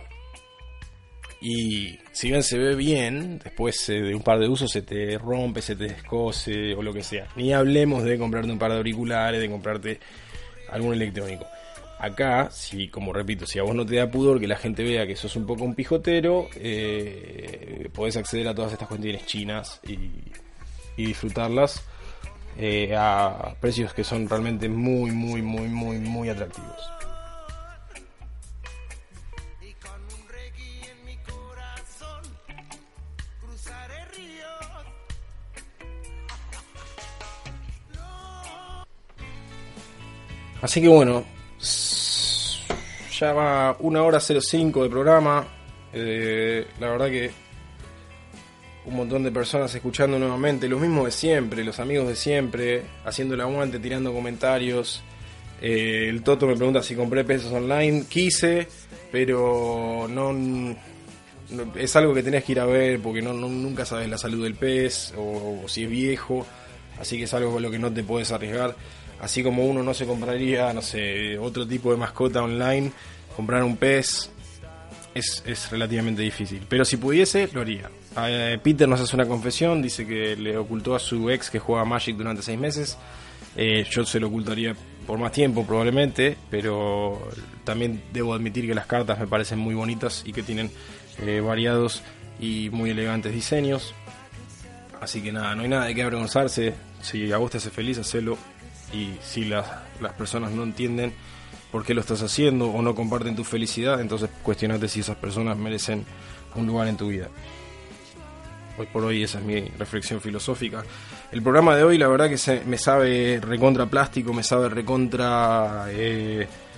y si bien se ve bien, después eh, de un par de usos se te rompe, se te descose o lo que sea. Ni hablemos de comprarte un par de auriculares, de comprarte algún electrónico. Acá, si, como repito, si a vos no te da pudor que la gente vea que sos un poco un pijotero, eh, podés acceder a todas estas cuestiones chinas y, y disfrutarlas eh, a precios que son realmente muy, muy, muy, muy, muy atractivos. Así que bueno, ya va una hora cero cinco de programa. Eh, la verdad que un montón de personas escuchando nuevamente, los mismos de siempre, los amigos de siempre, haciendo el aguante, tirando comentarios. Eh, el Toto me pregunta si compré pesos online. Quise, pero no, no es algo que tenés que ir a ver porque no, no nunca sabes la salud del pez o, o si es viejo. Así que es algo con lo que no te puedes arriesgar. Así como uno no se compraría, no sé, otro tipo de mascota online, comprar un pez es, es relativamente difícil. Pero si pudiese, lo haría. Eh, Peter nos hace una confesión, dice que le ocultó a su ex que juega Magic durante seis meses. Eh, yo se lo ocultaría por más tiempo probablemente, pero también debo admitir que las cartas me parecen muy bonitas y que tienen eh, variados y muy elegantes diseños. Así que nada, no hay nada de qué avergonzarse. Si a vos te hace feliz, hacelo. Y si las, las personas no entienden por qué lo estás haciendo o no comparten tu felicidad, entonces cuestionate si esas personas merecen un lugar en tu vida. Hoy por hoy esa es mi reflexión filosófica. El programa de hoy la verdad que se, me sabe recontra plástico, me sabe recontra eh,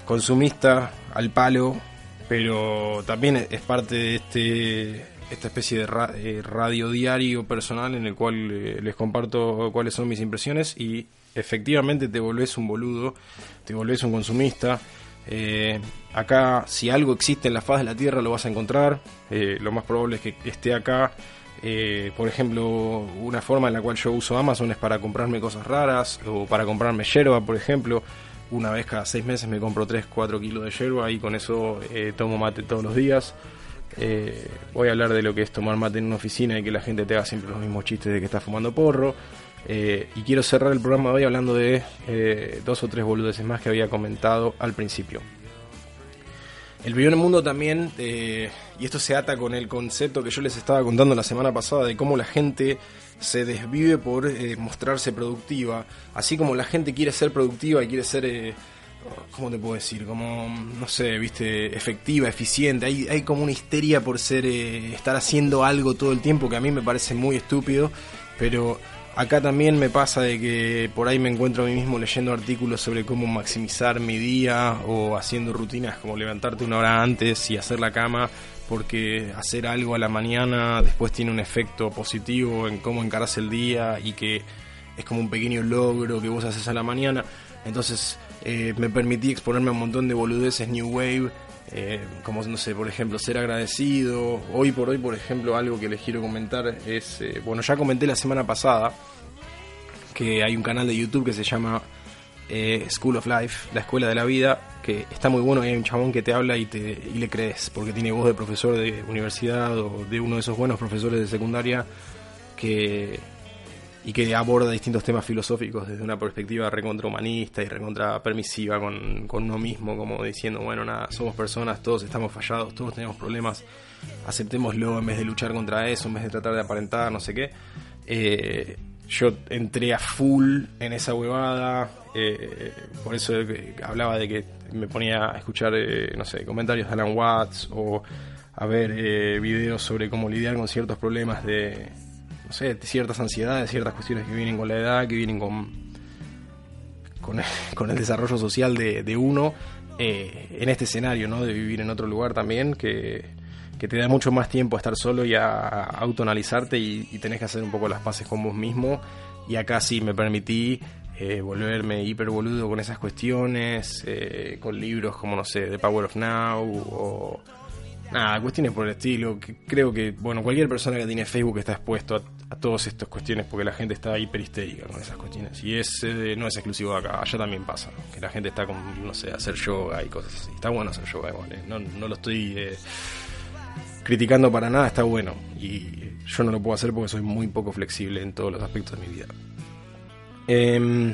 consumista al palo, pero también es parte de este esta especie de ra- eh, radio diario personal en el cual eh, les comparto cuáles son mis impresiones, y efectivamente te volvés un boludo, te volvés un consumista. Eh, acá, si algo existe en la faz de la tierra, lo vas a encontrar. Eh, lo más probable es que esté acá. Eh, por ejemplo, una forma en la cual yo uso Amazon es para comprarme cosas raras, o para comprarme yerba, por ejemplo. Una vez cada seis meses me compro tres cuatro kilos de yerba y con eso eh, tomo mate todos los días. Eh, voy a hablar de lo que es tomar mate en una oficina y que la gente te haga siempre los mismos chistes de que estás fumando porro. Eh, y quiero cerrar el programa de hoy hablando de eh, dos o tres boludeces más que había comentado al principio. El primer mundo también, eh, y esto se ata con el concepto que yo les estaba contando la semana pasada de cómo la gente se desvive por eh, mostrarse productiva, así como la gente quiere ser productiva y quiere ser, eh, ¿cómo te puedo decir? Como, no sé, viste, efectiva, eficiente. Hay, hay como una histeria por ser, eh, estar haciendo algo todo el tiempo, que a mí me parece muy estúpido, pero acá también me pasa de que por ahí me encuentro a mí mismo leyendo artículos sobre cómo maximizar mi día, o haciendo rutinas como levantarte una hora antes y hacer la cama, porque hacer algo a la mañana después tiene un efecto positivo en cómo encarás el día, y que es como un pequeño logro que vos haces a la mañana. Entonces eh, me permití exponerme a un montón de boludeces New Wave, eh, como, no sé, por ejemplo, ser agradecido. Hoy por hoy, por ejemplo, algo que les quiero comentar es, eh, bueno, ya comenté la semana pasada que hay un canal de YouTube que se llama eh, School of Life, la escuela de la vida, que está muy bueno, y hay un chabón que te habla y, te, y le crees, porque tiene voz de profesor de universidad o de uno de esos buenos profesores de secundaria que... y que aborda distintos temas filosóficos desde una perspectiva recontra humanista y recontra permisiva con, con uno mismo, como diciendo, bueno, nada, somos personas, todos estamos fallados, todos tenemos problemas, aceptémoslo en vez de luchar contra eso, en vez de tratar de aparentar, no sé qué. Eh, yo entré a full en esa huevada, eh, por eso hablaba de que me ponía a escuchar, eh, no sé, comentarios de Alan Watts, o a ver eh, videos sobre cómo lidiar con ciertos problemas de... no sé, ciertas ansiedades, ciertas cuestiones que vienen con la edad, que vienen con con el, con el desarrollo social de, de uno, eh, en este escenario, ¿no? De vivir en otro lugar también, que, que te da mucho más tiempo a estar solo y a, a autoanalizarte, y, y tenés que hacer un poco las paces con vos mismo. Y acá sí me permití eh, volverme hiper boludo con esas cuestiones, eh, con libros como, no sé, The Power of Now, o... nada, cuestiones por el estilo. Que creo que, bueno, cualquier persona que tiene Facebook está expuesto a, a todas estas cuestiones, porque la gente está hiper histérica con esas cuestiones. Y es eh, no es exclusivo de acá, allá también pasa, ¿no? Que la gente está con, no sé, hacer yoga y cosas así. Está bueno hacer yoga, igual, ¿eh? no, no lo estoy eh, criticando para nada, está bueno. Y yo no lo puedo hacer porque soy muy poco flexible en todos los aspectos de mi vida. Eh,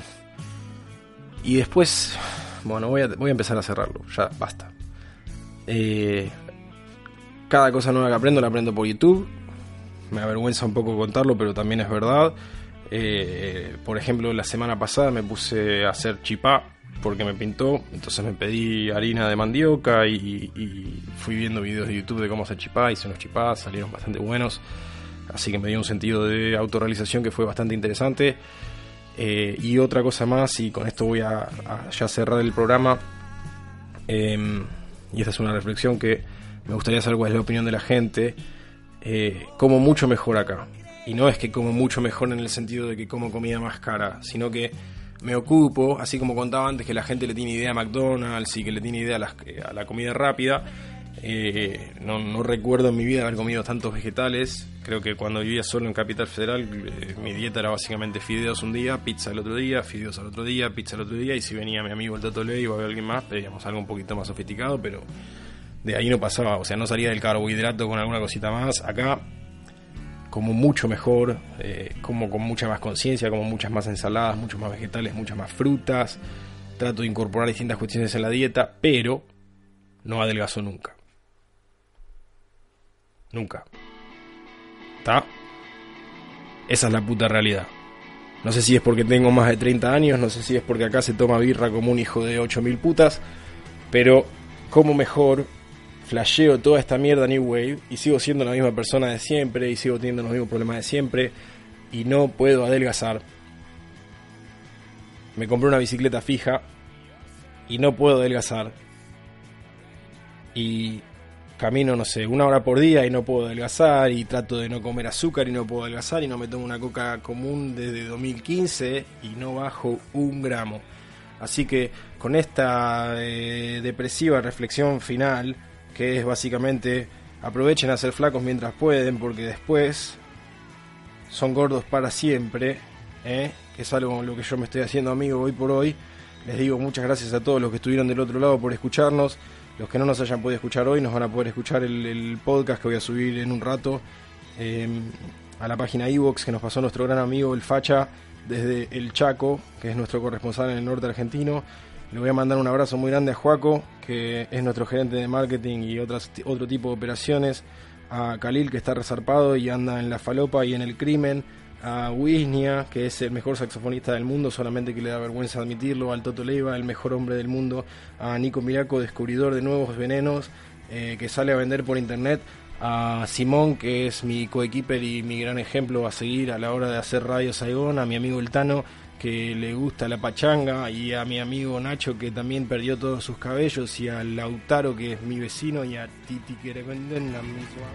y después, bueno, voy a, voy a empezar a cerrarlo, ya basta. Eh... Cada cosa nueva que aprendo la aprendo por YouTube. Me avergüenza un poco contarlo, pero también es verdad. Eh, por ejemplo, la semana pasada me puse a hacer chipá porque me pintó. Entonces me pedí harina de mandioca y, y fui viendo videos de YouTube de cómo hacer chipá. Hice unos chipás, salieron bastante buenos. Así que me dio un sentido de autorrealización que fue bastante interesante. Eh, y otra cosa más, y con esto voy a, a ya cerrar el programa. Eh, y esta es una reflexión que me gustaría saber cuál es la opinión de la gente. Eh, como mucho mejor acá. Y no es que como mucho mejor en el sentido de que como comida más cara, sino que me ocupo, así como contaba antes, que la gente le tiene idea a McDonald's y que le tiene idea a, las, a la comida rápida. Eh, no, no recuerdo en mi vida haber comido tantos vegetales. Creo que cuando vivía solo en Capital Federal, eh, mi dieta era básicamente fideos un día, pizza el otro día, fideos al otro día, pizza el otro día. Y si venía mi amigo el Tato Ley o alguien más, pedíamos algo un poquito más sofisticado, pero de ahí no pasaba, o sea, no salía del carbohidrato con alguna cosita más. Acá como mucho mejor, eh, como con mucha más conciencia, como muchas más ensaladas, muchos más vegetales, muchas más frutas. Trato de incorporar distintas cuestiones en la dieta, pero no adelgazo nunca. Nunca. ¿Está? Esa es la puta realidad. No sé si es porque tengo más de treinta años, no sé si es porque acá se toma birra como un hijo de ocho mil putas, pero como mejor, flasheo toda esta mierda New Wave y sigo siendo la misma persona de siempre y sigo teniendo los mismos problemas de siempre y no puedo adelgazar. Me compré una bicicleta fija y no puedo adelgazar y camino, no sé, una hora por día y no puedo adelgazar, y trato de no comer azúcar y no puedo adelgazar, y no me tomo una coca común desde dos mil quince y no bajo un gramo. Así que con esta eh, depresiva reflexión final, que es básicamente aprovechen a ser flacos mientras pueden, porque después son gordos para siempre, ¿eh? que es algo con lo que yo me estoy haciendo amigo hoy por hoy. Les digo muchas gracias a todos los que estuvieron del otro lado por escucharnos. Los que no nos hayan podido escuchar hoy nos van a poder escuchar el, el podcast que voy a subir en un rato eh, a la página iVoox, que nos pasó nuestro gran amigo el Facha desde el Chaco, que es nuestro corresponsal en el norte argentino. Le voy a mandar un abrazo muy grande a Joaco, que es nuestro gerente de marketing y otras, otro tipo de operaciones, a Khalil, que está resarpado y anda en la falopa y en el crimen, a Wisnia, que es el mejor saxofonista del mundo, solamente que le da vergüenza admitirlo, al Toto Leiva, el mejor hombre del mundo, a Nico Miraco, descubridor de nuevos venenos, eh, que sale a vender por internet, a Simón, que es mi coequiper y mi gran ejemplo a seguir a la hora de hacer Radio Saigón, a mi amigo el Tano, que le gusta la pachanga, y a mi amigo Nacho, que también perdió todos sus cabellos, y a Lautaro, que es mi vecino, y a Titi, que le venden la misma.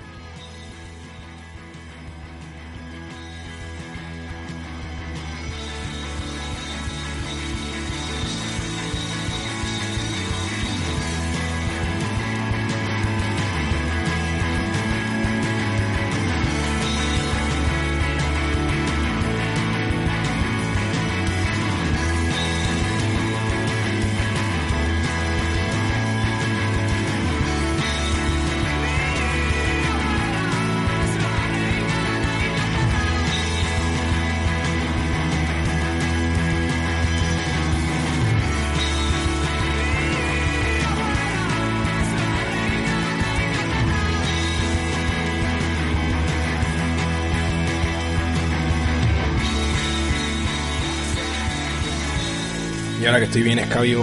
Y ahora que estoy bien escabio,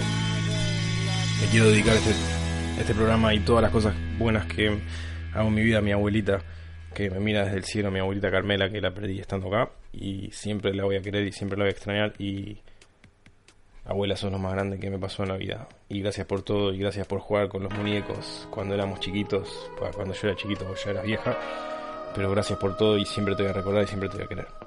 me quiero dedicar este, este programa y todas las cosas buenas que hago en mi vida a mi abuelita, que me mira desde el cielo, mi abuelita Carmela, que la perdí estando acá, y siempre la voy a querer y siempre la voy a extrañar. Y abuela, sos lo más grande que me pasó en la vida, y gracias por todo, y gracias por jugar con los muñecos cuando éramos chiquitos. Cuando yo era chiquito, vos ya eras vieja, pero gracias por todo, y siempre te voy a recordar y siempre te voy a querer.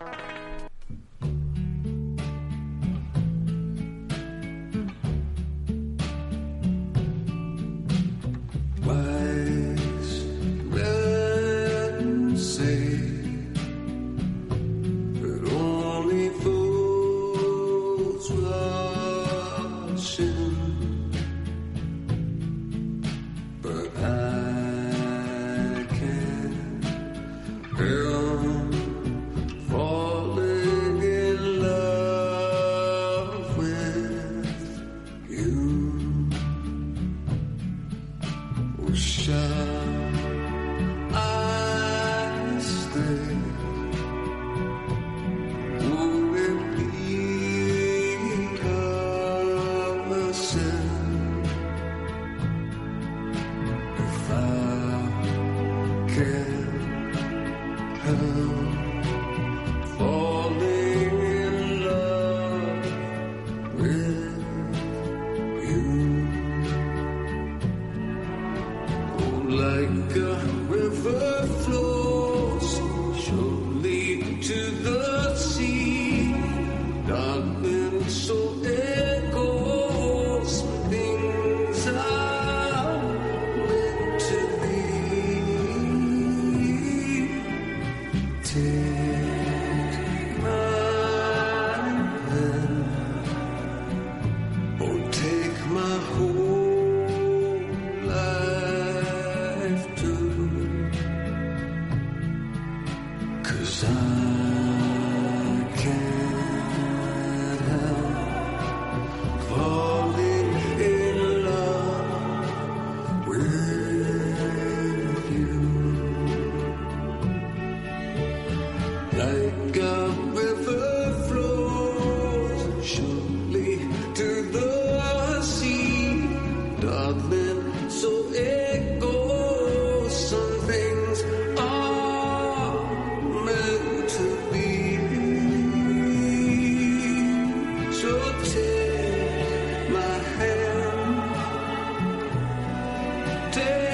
Take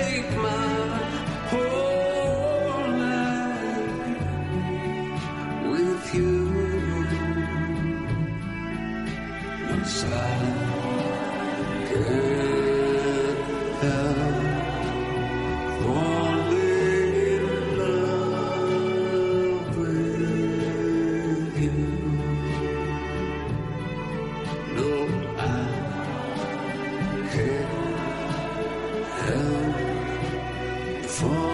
For